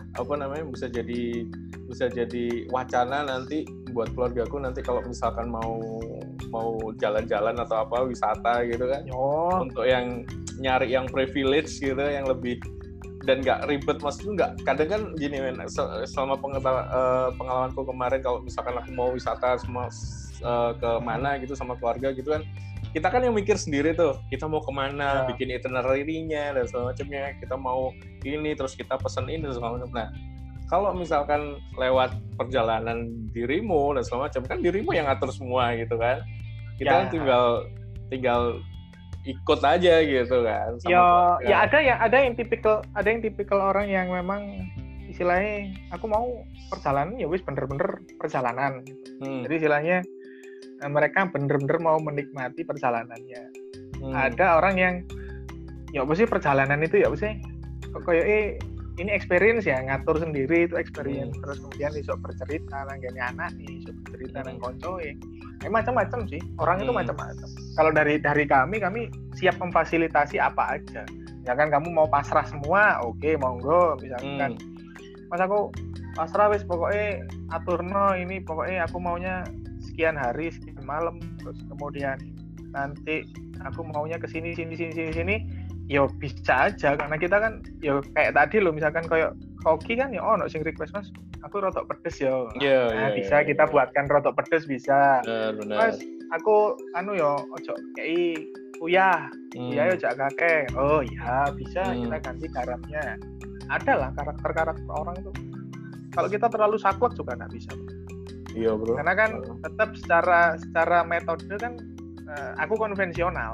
bisa jadi wacana nanti buat keluargaku nanti kalau misalkan mau jalan-jalan atau apa wisata gitu kan. Untuk yang nyari yang privilege gitu, yang lebih dan nggak ribet, maksudnya nggak, kadang kan gini, men, selama pengalamanku kemarin kalau misalkan aku mau wisata semua ke mana gitu sama keluarga gitu kan, kita kan yang mikir sendiri tuh, kita mau kemana, bikin itinerary-nya dan segala macamnya, kita mau ini, terus kita pesen ini dan segala macam. Nah, kalau misalkan lewat perjalanan dirimu dan segala macam, kan dirimu yang ngatur semua gitu kan, kita kan tinggal ikut aja gitu kan. Ada yang tipikal orang yang memang istilahnya aku mau perjalanan ya wis bener-bener perjalanan. Jadi istilahnya mereka bener-bener mau menikmati perjalanannya. Ada orang yang ya apa sih perjalanan itu ya apa sih kayak ini experience ya, ngatur sendiri itu experience. Terus kemudian besok bercerita nanggani anak nih, besok bercerita nang koncoe. Macam-macam sih, orang itu macam-macam. Kalau dari kami siap memfasilitasi apa aja. Ya kan kamu mau pasrah semua, oke, monggo. Misalkan Mas aku pasrah wis pokoknya aturno ini, pokoknya aku maunya sekian hari, sekian malam, terus kemudian nanti aku maunya ke sini. Ya bisa aja, karena kita kan ya kayak tadi loh, misalkan kayak koki kan ya no sing request Mas aku rotok pedes ya. Bisa kita buatkan rotok pedes bisa. Benar. Mas aku ojo kayak uyah ya jak kakek. Oh ya bisa, kita ganti garamnya. Ada lah karakter orang itu. Kalau kita terlalu saklek juga nggak bisa. Iya, bro. Karena kan tetap secara metode kan aku konvensional.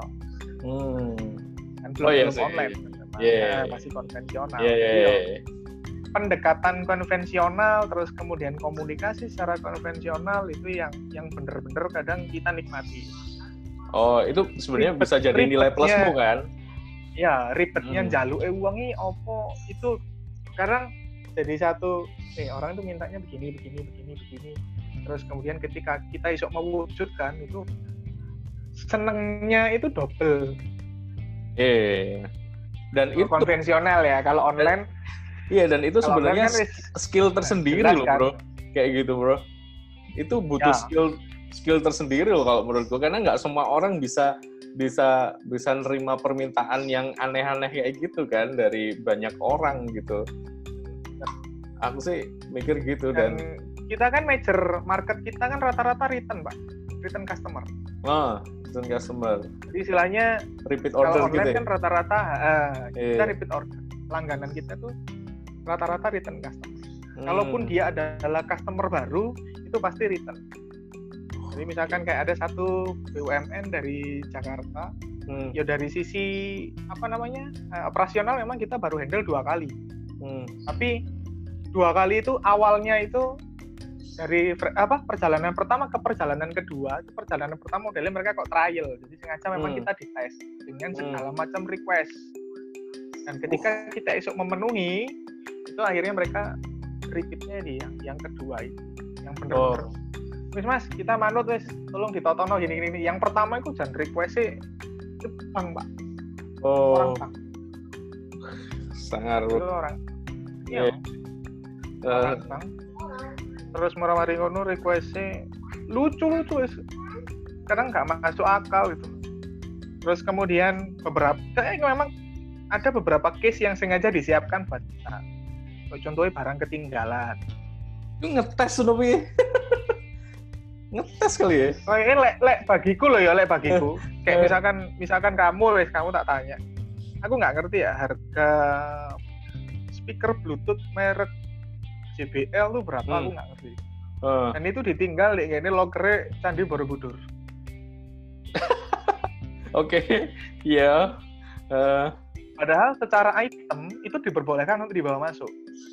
Belum online, masih konvensional. Pendekatan konvensional, terus kemudian komunikasi secara konvensional itu yang bener-bener kadang kita nikmati. Itu sebenarnya bisa jadi nilai plusmu kan? Ya, ribetnya njaluk uangi opo itu sekarang jadi satu. Orang itu mintanya begini. Terus kemudian ketika kita iso mewujudkan itu senengnya itu double. Dan itu konvensional ya, kalau online. Iya, dan itu sebenarnya kan skill tersendiri loh, bro. Kayak gitu, bro. Itu butuh skill tersendiri loh kalau menurutku, karena nggak semua orang bisa bisa nerima permintaan yang aneh-aneh kayak gitu kan dari banyak orang gitu. Aku sih mikir gitu. Dan kita kan major market kita kan rata-rata return, Pak. Return customer. Return customer. Jadi istilahnya repeat order kalau online gitu ya? Kan rata-rata kita repeat order. Langganan kita tuh rata-rata return customer. Kalaupun dia adalah customer baru, itu pasti return. Jadi misalkan kayak ada satu BUMN dari Jakarta, ya dari sisi operasional memang kita baru handle 2 kali. Tapi 2 kali itu awalnya itu dari perjalanan pertama ke perjalanan kedua, itu perjalanan pertama modelnya mereka kok trial, jadi sengaja memang kita dites dengan segala macam request. Dan ketika kita esok memenuhi, itu akhirnya mereka repeatnya di yang kedua itu, yang benar-benar. Mas, kita manut wes, tolong ditotono gini. Yang pertama itu jangan request-nya Jepang, Pak. Orang Jepang. Sangat orang. Iya. Orang Jepang. Terus mari ngono request-nya lucu wes. Kadang nggak masuk akal gitu. Terus kemudian memang ada beberapa case yang sengaja disiapkan buat kita. Contohnya barang ketinggalan. Itu ngetes loh, Pi. Ngetes kali ya? Oh, ini lek bagiku loh ya, bagiku. Kayak misalkan kamu tak tanya. Aku nggak ngerti ya harga speaker Bluetooth merek JBL tuh berapa, aku nggak ngerti. Dan itu ditinggal di ini lokernya Candi Borobudur. Oke, iya. Padahal secara item itu diperbolehkan untuk dibawa masuk.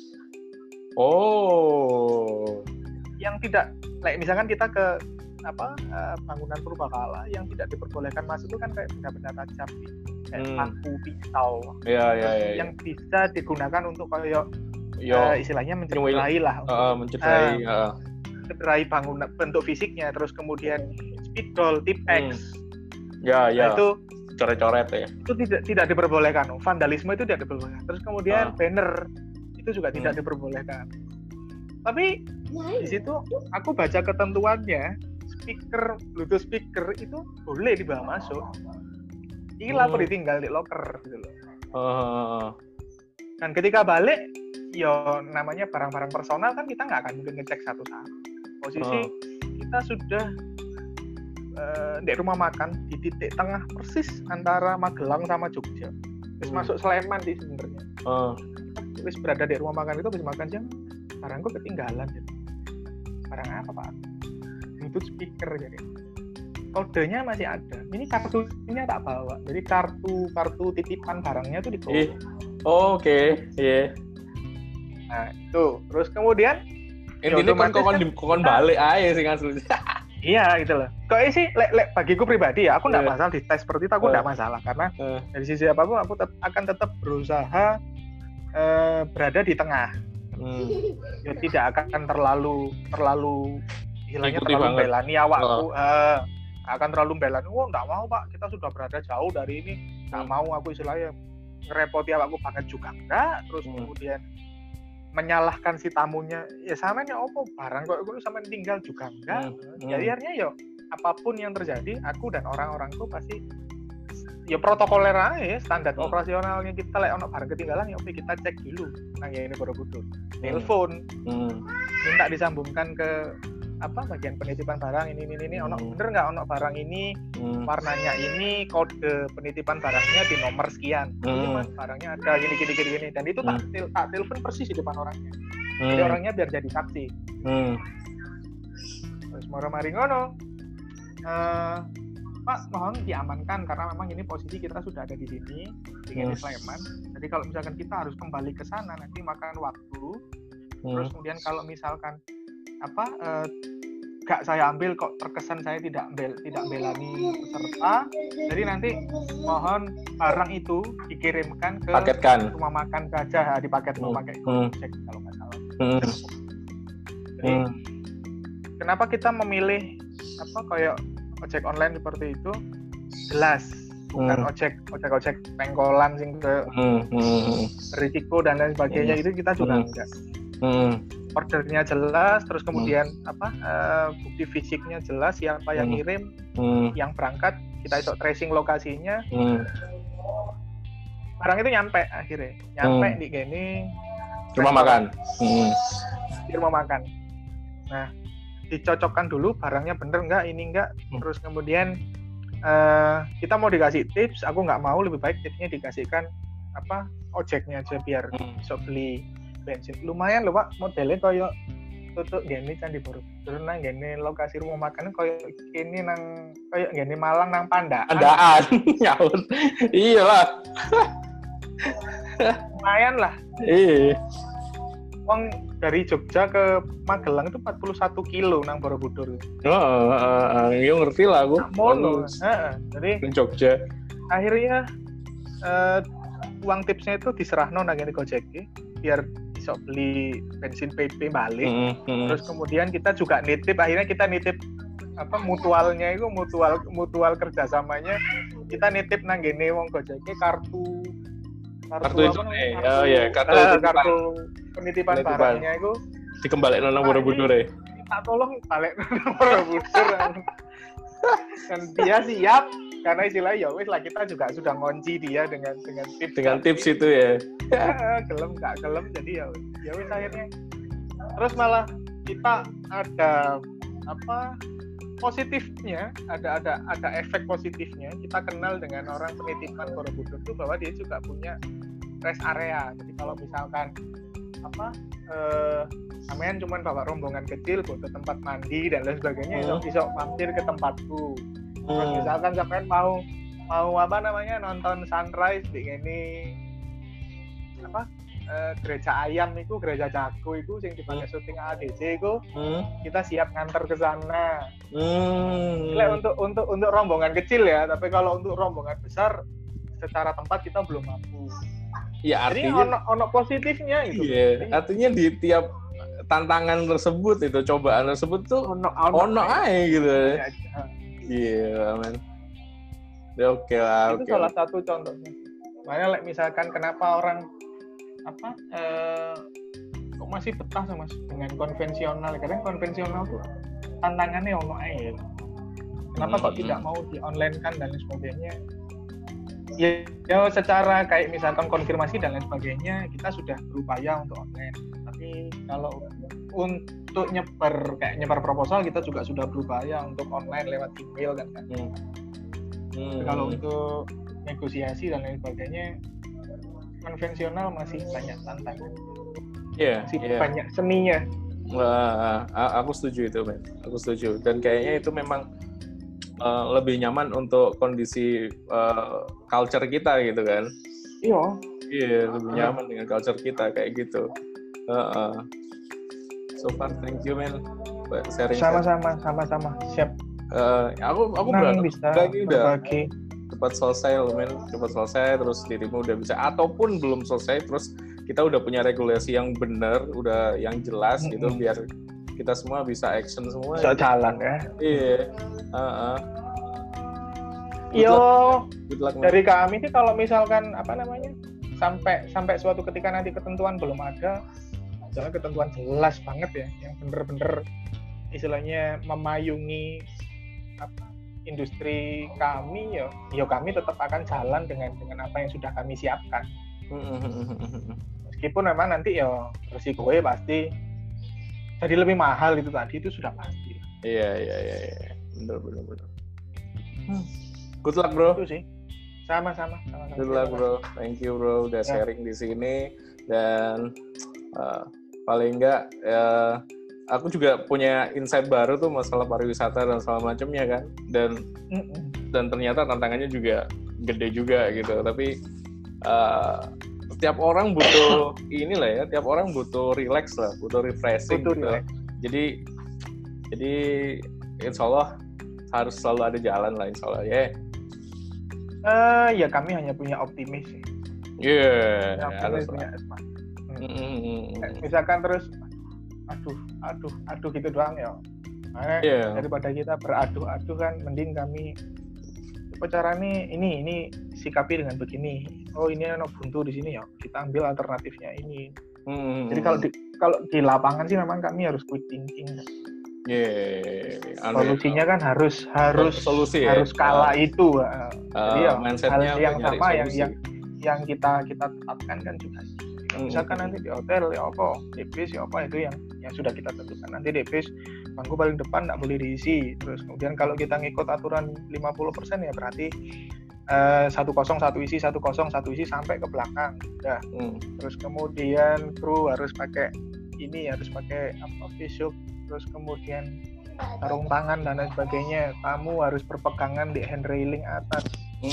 Yang tidak, misalkan kita ke bangunan purbakala yang tidak diperbolehkan masuk itu kan kayak benda-benda tajam, kayak paku, pisau, yang bisa digunakan untuk kayak istilahnya mencederai lah, mencederai bangunan bentuk fisiknya, terus kemudian spidol, tip X, itu coret-coret ya. Itu tidak diperbolehkan, vandalisme itu tidak diperbolehkan. Terus kemudian banner itu juga tidak diperbolehkan. Tapi di situ aku baca ketentuannya, Bluetooth speaker itu boleh dibawa masuk. Gila apa ditinggal di locker gitu loh. Dan ketika balik, namanya barang-barang personal kan kita nggak akan mungkin ngecek satu-satu. Posisi kita sudah di rumah makan di titik tengah persis antara Magelang sama Jogja. Terus masuk Sleman sih sebenarnya. Terus berada di rumah makan itu habis makan siang, barangku ketinggalan gitu. Barang apa, Pak? Bluetooth speaker jadi. Kodenya masih ada. Ini kartunya tak bawa. Jadi kartu titipan barangnya tuh dibawa. Oke. Nah, itu. Terus kemudian intinya kon balik aja sih asli. Iya gitu loh. Kok sih lek bagiku pribadi ya, aku enggak masalah di tes seperti itu, aku enggak masalah karena dari sisi apapun aku akan tetap berusaha berada di tengah. Ya tidak akan terlalu istilahnya terlalu belani awakku. Akan terlalu belani. Enggak mau, Pak. Kita sudah berada jauh dari ini. Enggak mau aku istilahnya ngerepoti awakku banget juga enggak. Terus kemudian menyalahkan si tamunya, ya samanya opo barang kok gue sampean tinggal juga enggak. Jadi akhirnya apapun yang terjadi, aku dan orang-orangku pasti protokoler aja ya, standar operasionalnya kita ono barang ketinggalan oke kita cek dulu nang ini Borobudur. Telepon. Minta disambungkan ke bagian penitipan barang ini ono bener nggak ono barang ini warnanya ini, kode penitipan barangnya di nomor sekian, ini mas barangnya ada gini dan itu tak telepon persis di depan orangnya. Jadi orangnya biar jadi saksi. Terus mari ngono, Pak mohon diamankan karena memang ini posisi kita sudah ada di sini di Sleman. Jadi kalau misalkan kita harus kembali ke sana nanti makan waktu. Terus kemudian kalau misalkan gak saya ambil kok terkesan saya tidak belani peserta, jadi nanti mohon barang itu dikirimkan ke rumah makan saja, dipaket memakai Gojek kalau nggak salah. Jadi kenapa kita memilih kayak ojek online seperti itu? Jelas bukan ojek pengkolan sing ke risiko dan lain sebagainya, itu kita juga enggak. Ordernya jelas, terus kemudian bukti fisiknya jelas, siapa yang ngirim, yang berangkat kita iso tracing lokasinya, barang itu nyampe di gini rumah makan. Di rumah makan. Nah, dicocokkan dulu barangnya bener nggak, ini nggak, terus kemudian kita mau dikasih tips, aku nggak mau, lebih baik tipsnya dikasihkan ojeknya aja biar bisa beli bensin. Lumayan loh Pak, modelnya kayak tutup gini Candi Borobudur nang gini lokasi rumah makan kayak ini nang kayak gini Malang nang Pandaan nyaut. Iyalah. Lumayan lah. Iya. Uang dari Jogja ke Magelang itu 41 kilo nang Borobudur. Yo ngerti lah aku. Mono. Jadi Jogja. Akhirnya uang tipsnya itu diserahno nang gini Gojek biar bisa beli bensin PP balik. Terus kemudian kita juga nitip, akhirnya kita nitip mutualnya itu mutual kerjasamanya kita nitip nang gini wong Gojeknya kartu kartu penitipan barangnya itu dikembalekno nang Borobudur ya. Tak tolong balik nang Borobudur. Dan dia siap karena istilahnya ya wis lah, kita juga sudah ngunci dia dengan tips itu ya. Gelem gak gelem, jadi ya wis akhirnya. Terus malah kita ada positifnya, ada efek positifnya. Kita kenal dengan orang penitipan Borobudur itu bahwa dia juga punya rest area. Jadi kalau misalkan sampean cuman bawa rombongan kecil butuh tempat mandi dan lain sebagainya, bisa mampir ke tempatku. Terus misalkan sampean mau nonton sunrise di ini gereja ayam itu, gereja Jago itu yang dipakai syuting ADC itu, kita siap nganter ke sana. Untuk rombongan kecil ya, tapi kalau untuk rombongan besar secara tempat kita belum mampu. Ya, artinya ono positifnya itu. Iya, artinya di tiap tantangan tersebut itu, cobaan tersebut tuh ono aja gitu. Iya, men. Ya, oke lah. Itu salah satu contohnya. Makanya misalkan kenapa orang kok masih betah sama dengan konvensional? Karena konvensional tuh tantangannya ono aja. Kenapa kok tidak mau di online kan dan lain sebagainya? Ya secara kayak misalkan konfirmasi dan lain sebagainya kita sudah berupaya untuk online. Tapi kalau untuk nyebar proposal kita juga sudah berupaya untuk online lewat email kan. Kalau untuk negosiasi dan lain sebagainya konvensional masih banyak tantangan. Masih banyak seninya. Aku setuju itu, men. Aku setuju. Dan kayaknya itu memang lebih nyaman untuk kondisi culture kita gitu kan. Iya, lebih nyaman dengan culture kita kayak gitu. So far, thank you, man. Sharing. Sama-sama. Siap. Aku berharap lagi udah cepat selesai loh, men. Cepat selesai, terus dirimu udah bisa, ataupun belum selesai, terus kita udah punya regulasi yang benar, udah yang jelas gitu, biar kita semua bisa action semua. Bisa jalan ya. Iya. Good luck, dari kami sih kalau misalkan sampai suatu ketika nanti ketentuan belum ada, misalnya ketentuan jelas banget ya, yang bener-bener istilahnya memayungi industri kami, ya kami tetap akan jalan dengan apa yang sudah kami siapkan. Meskipun memang nanti ya resikonya pasti jadi lebih mahal itu sudah pasti. Iya. Bener. Good luck, bro. Itu sih. Sama-sama. Good luck, bro. Thank you, bro, udah sharing di sini. Dan paling enggak aku juga punya insight baru tuh masalah pariwisata dan segala macamnya kan. Dan ternyata tantangannya juga gede juga gitu. Tapi tiap orang butuh inilah ya, tiap orang butuh relax lah, butuh refreshing gitu. Jadi insya Allah harus selalu ada jalan lah, insya Allah ya. Ya kami hanya punya optimis sih. Iya. Harus punya asma. Misalkan terus aduh gitu doang ya. Daripada kita beradu kan, mending kami caranya ini sikapi dengan begini. Oh ini ada buntu di sini ya, kita ambil alternatifnya ini. Jadi kalau di lapangan sih memang kami harus quick thinking. Solusinya kan harus solusi, harus ya? kala itu. Jadi ya mindsetnya hal yang sama solusi. yang kita tetapkan kan juga. Misalkan nanti di hotel ya apa, di bis ya apa, itu yang sudah kita tentukan. Nanti di bis bangku paling depan nggak boleh diisi. Terus kemudian kalau kita ngikut aturan 50% ya berarti 101 isi, 101 isi sampai ke belakang. Udah. Terus kemudian kru harus pakai face shield, terus kemudian sarung tangan dan lain sebagainya. Tamu harus berpegangan di hand railing atas.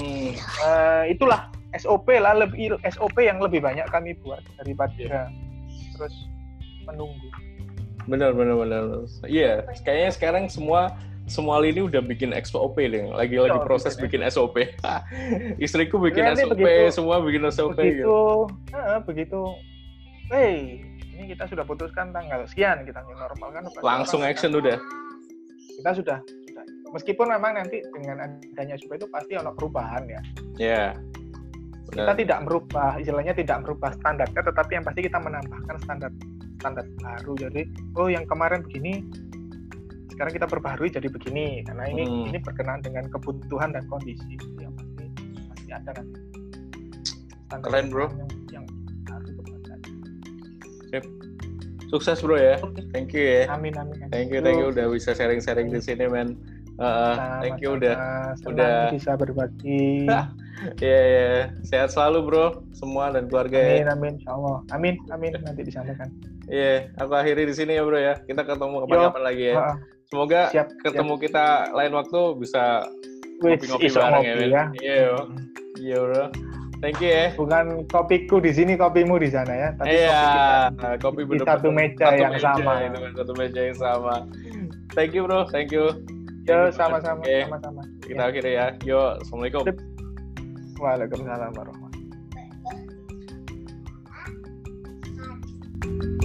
Itulah SOP yang lebih banyak kami buat daripada terus menunggu. Benar. Iya, kayaknya sekarang semua lini udah bikin SOP nih. Lagi proses bikin SOP. Istriku bikin SOP, semua bikin SOP begitu. Ini kita sudah putuskan tanggal sekian kita new normal kan. Langsung action udah. Kita sudah. Meskipun memang nanti dengan adanya SOP itu pasti ada perubahan ya. Iya. Kita tidak merubah standarnya, tetapi yang pasti kita menambahkan standar baru. Jadi, yang kemarin begini, sekarang kita perbaharui jadi begini, karena ini berkenaan dengan kebutuhan dan kondisi. Yang pasti ada nanti. Keren bro. Yang harus diperbaiki. Sip. Sukses bro ya. Thank you ya. Amin. Thank you udah bisa sharing di sini men. Thank you udah bisa berbagi. Iya. Sehat selalu bro, semua dan keluarga. Amin, insyaallah. Amin, nanti disampaikan. Iya, aku akhiri di sini ya bro ya. Kita ketemu kapan-kapan lagi ya. Semoga ketemu kita lain waktu bisa ngopi-ngopi bareng ya, men. Iya bro. Thank you ya. Bukan kopiku di sini, kopimu di sana ya. Tapi kopi di satu meja yang sama. Satu meja yang sama. Thank you bro, thank you. Yo, sama-sama. Kita akhiri ya. Yo, assalamualaikum. Waalaikumsalam warahmatullahi wabarakatuh.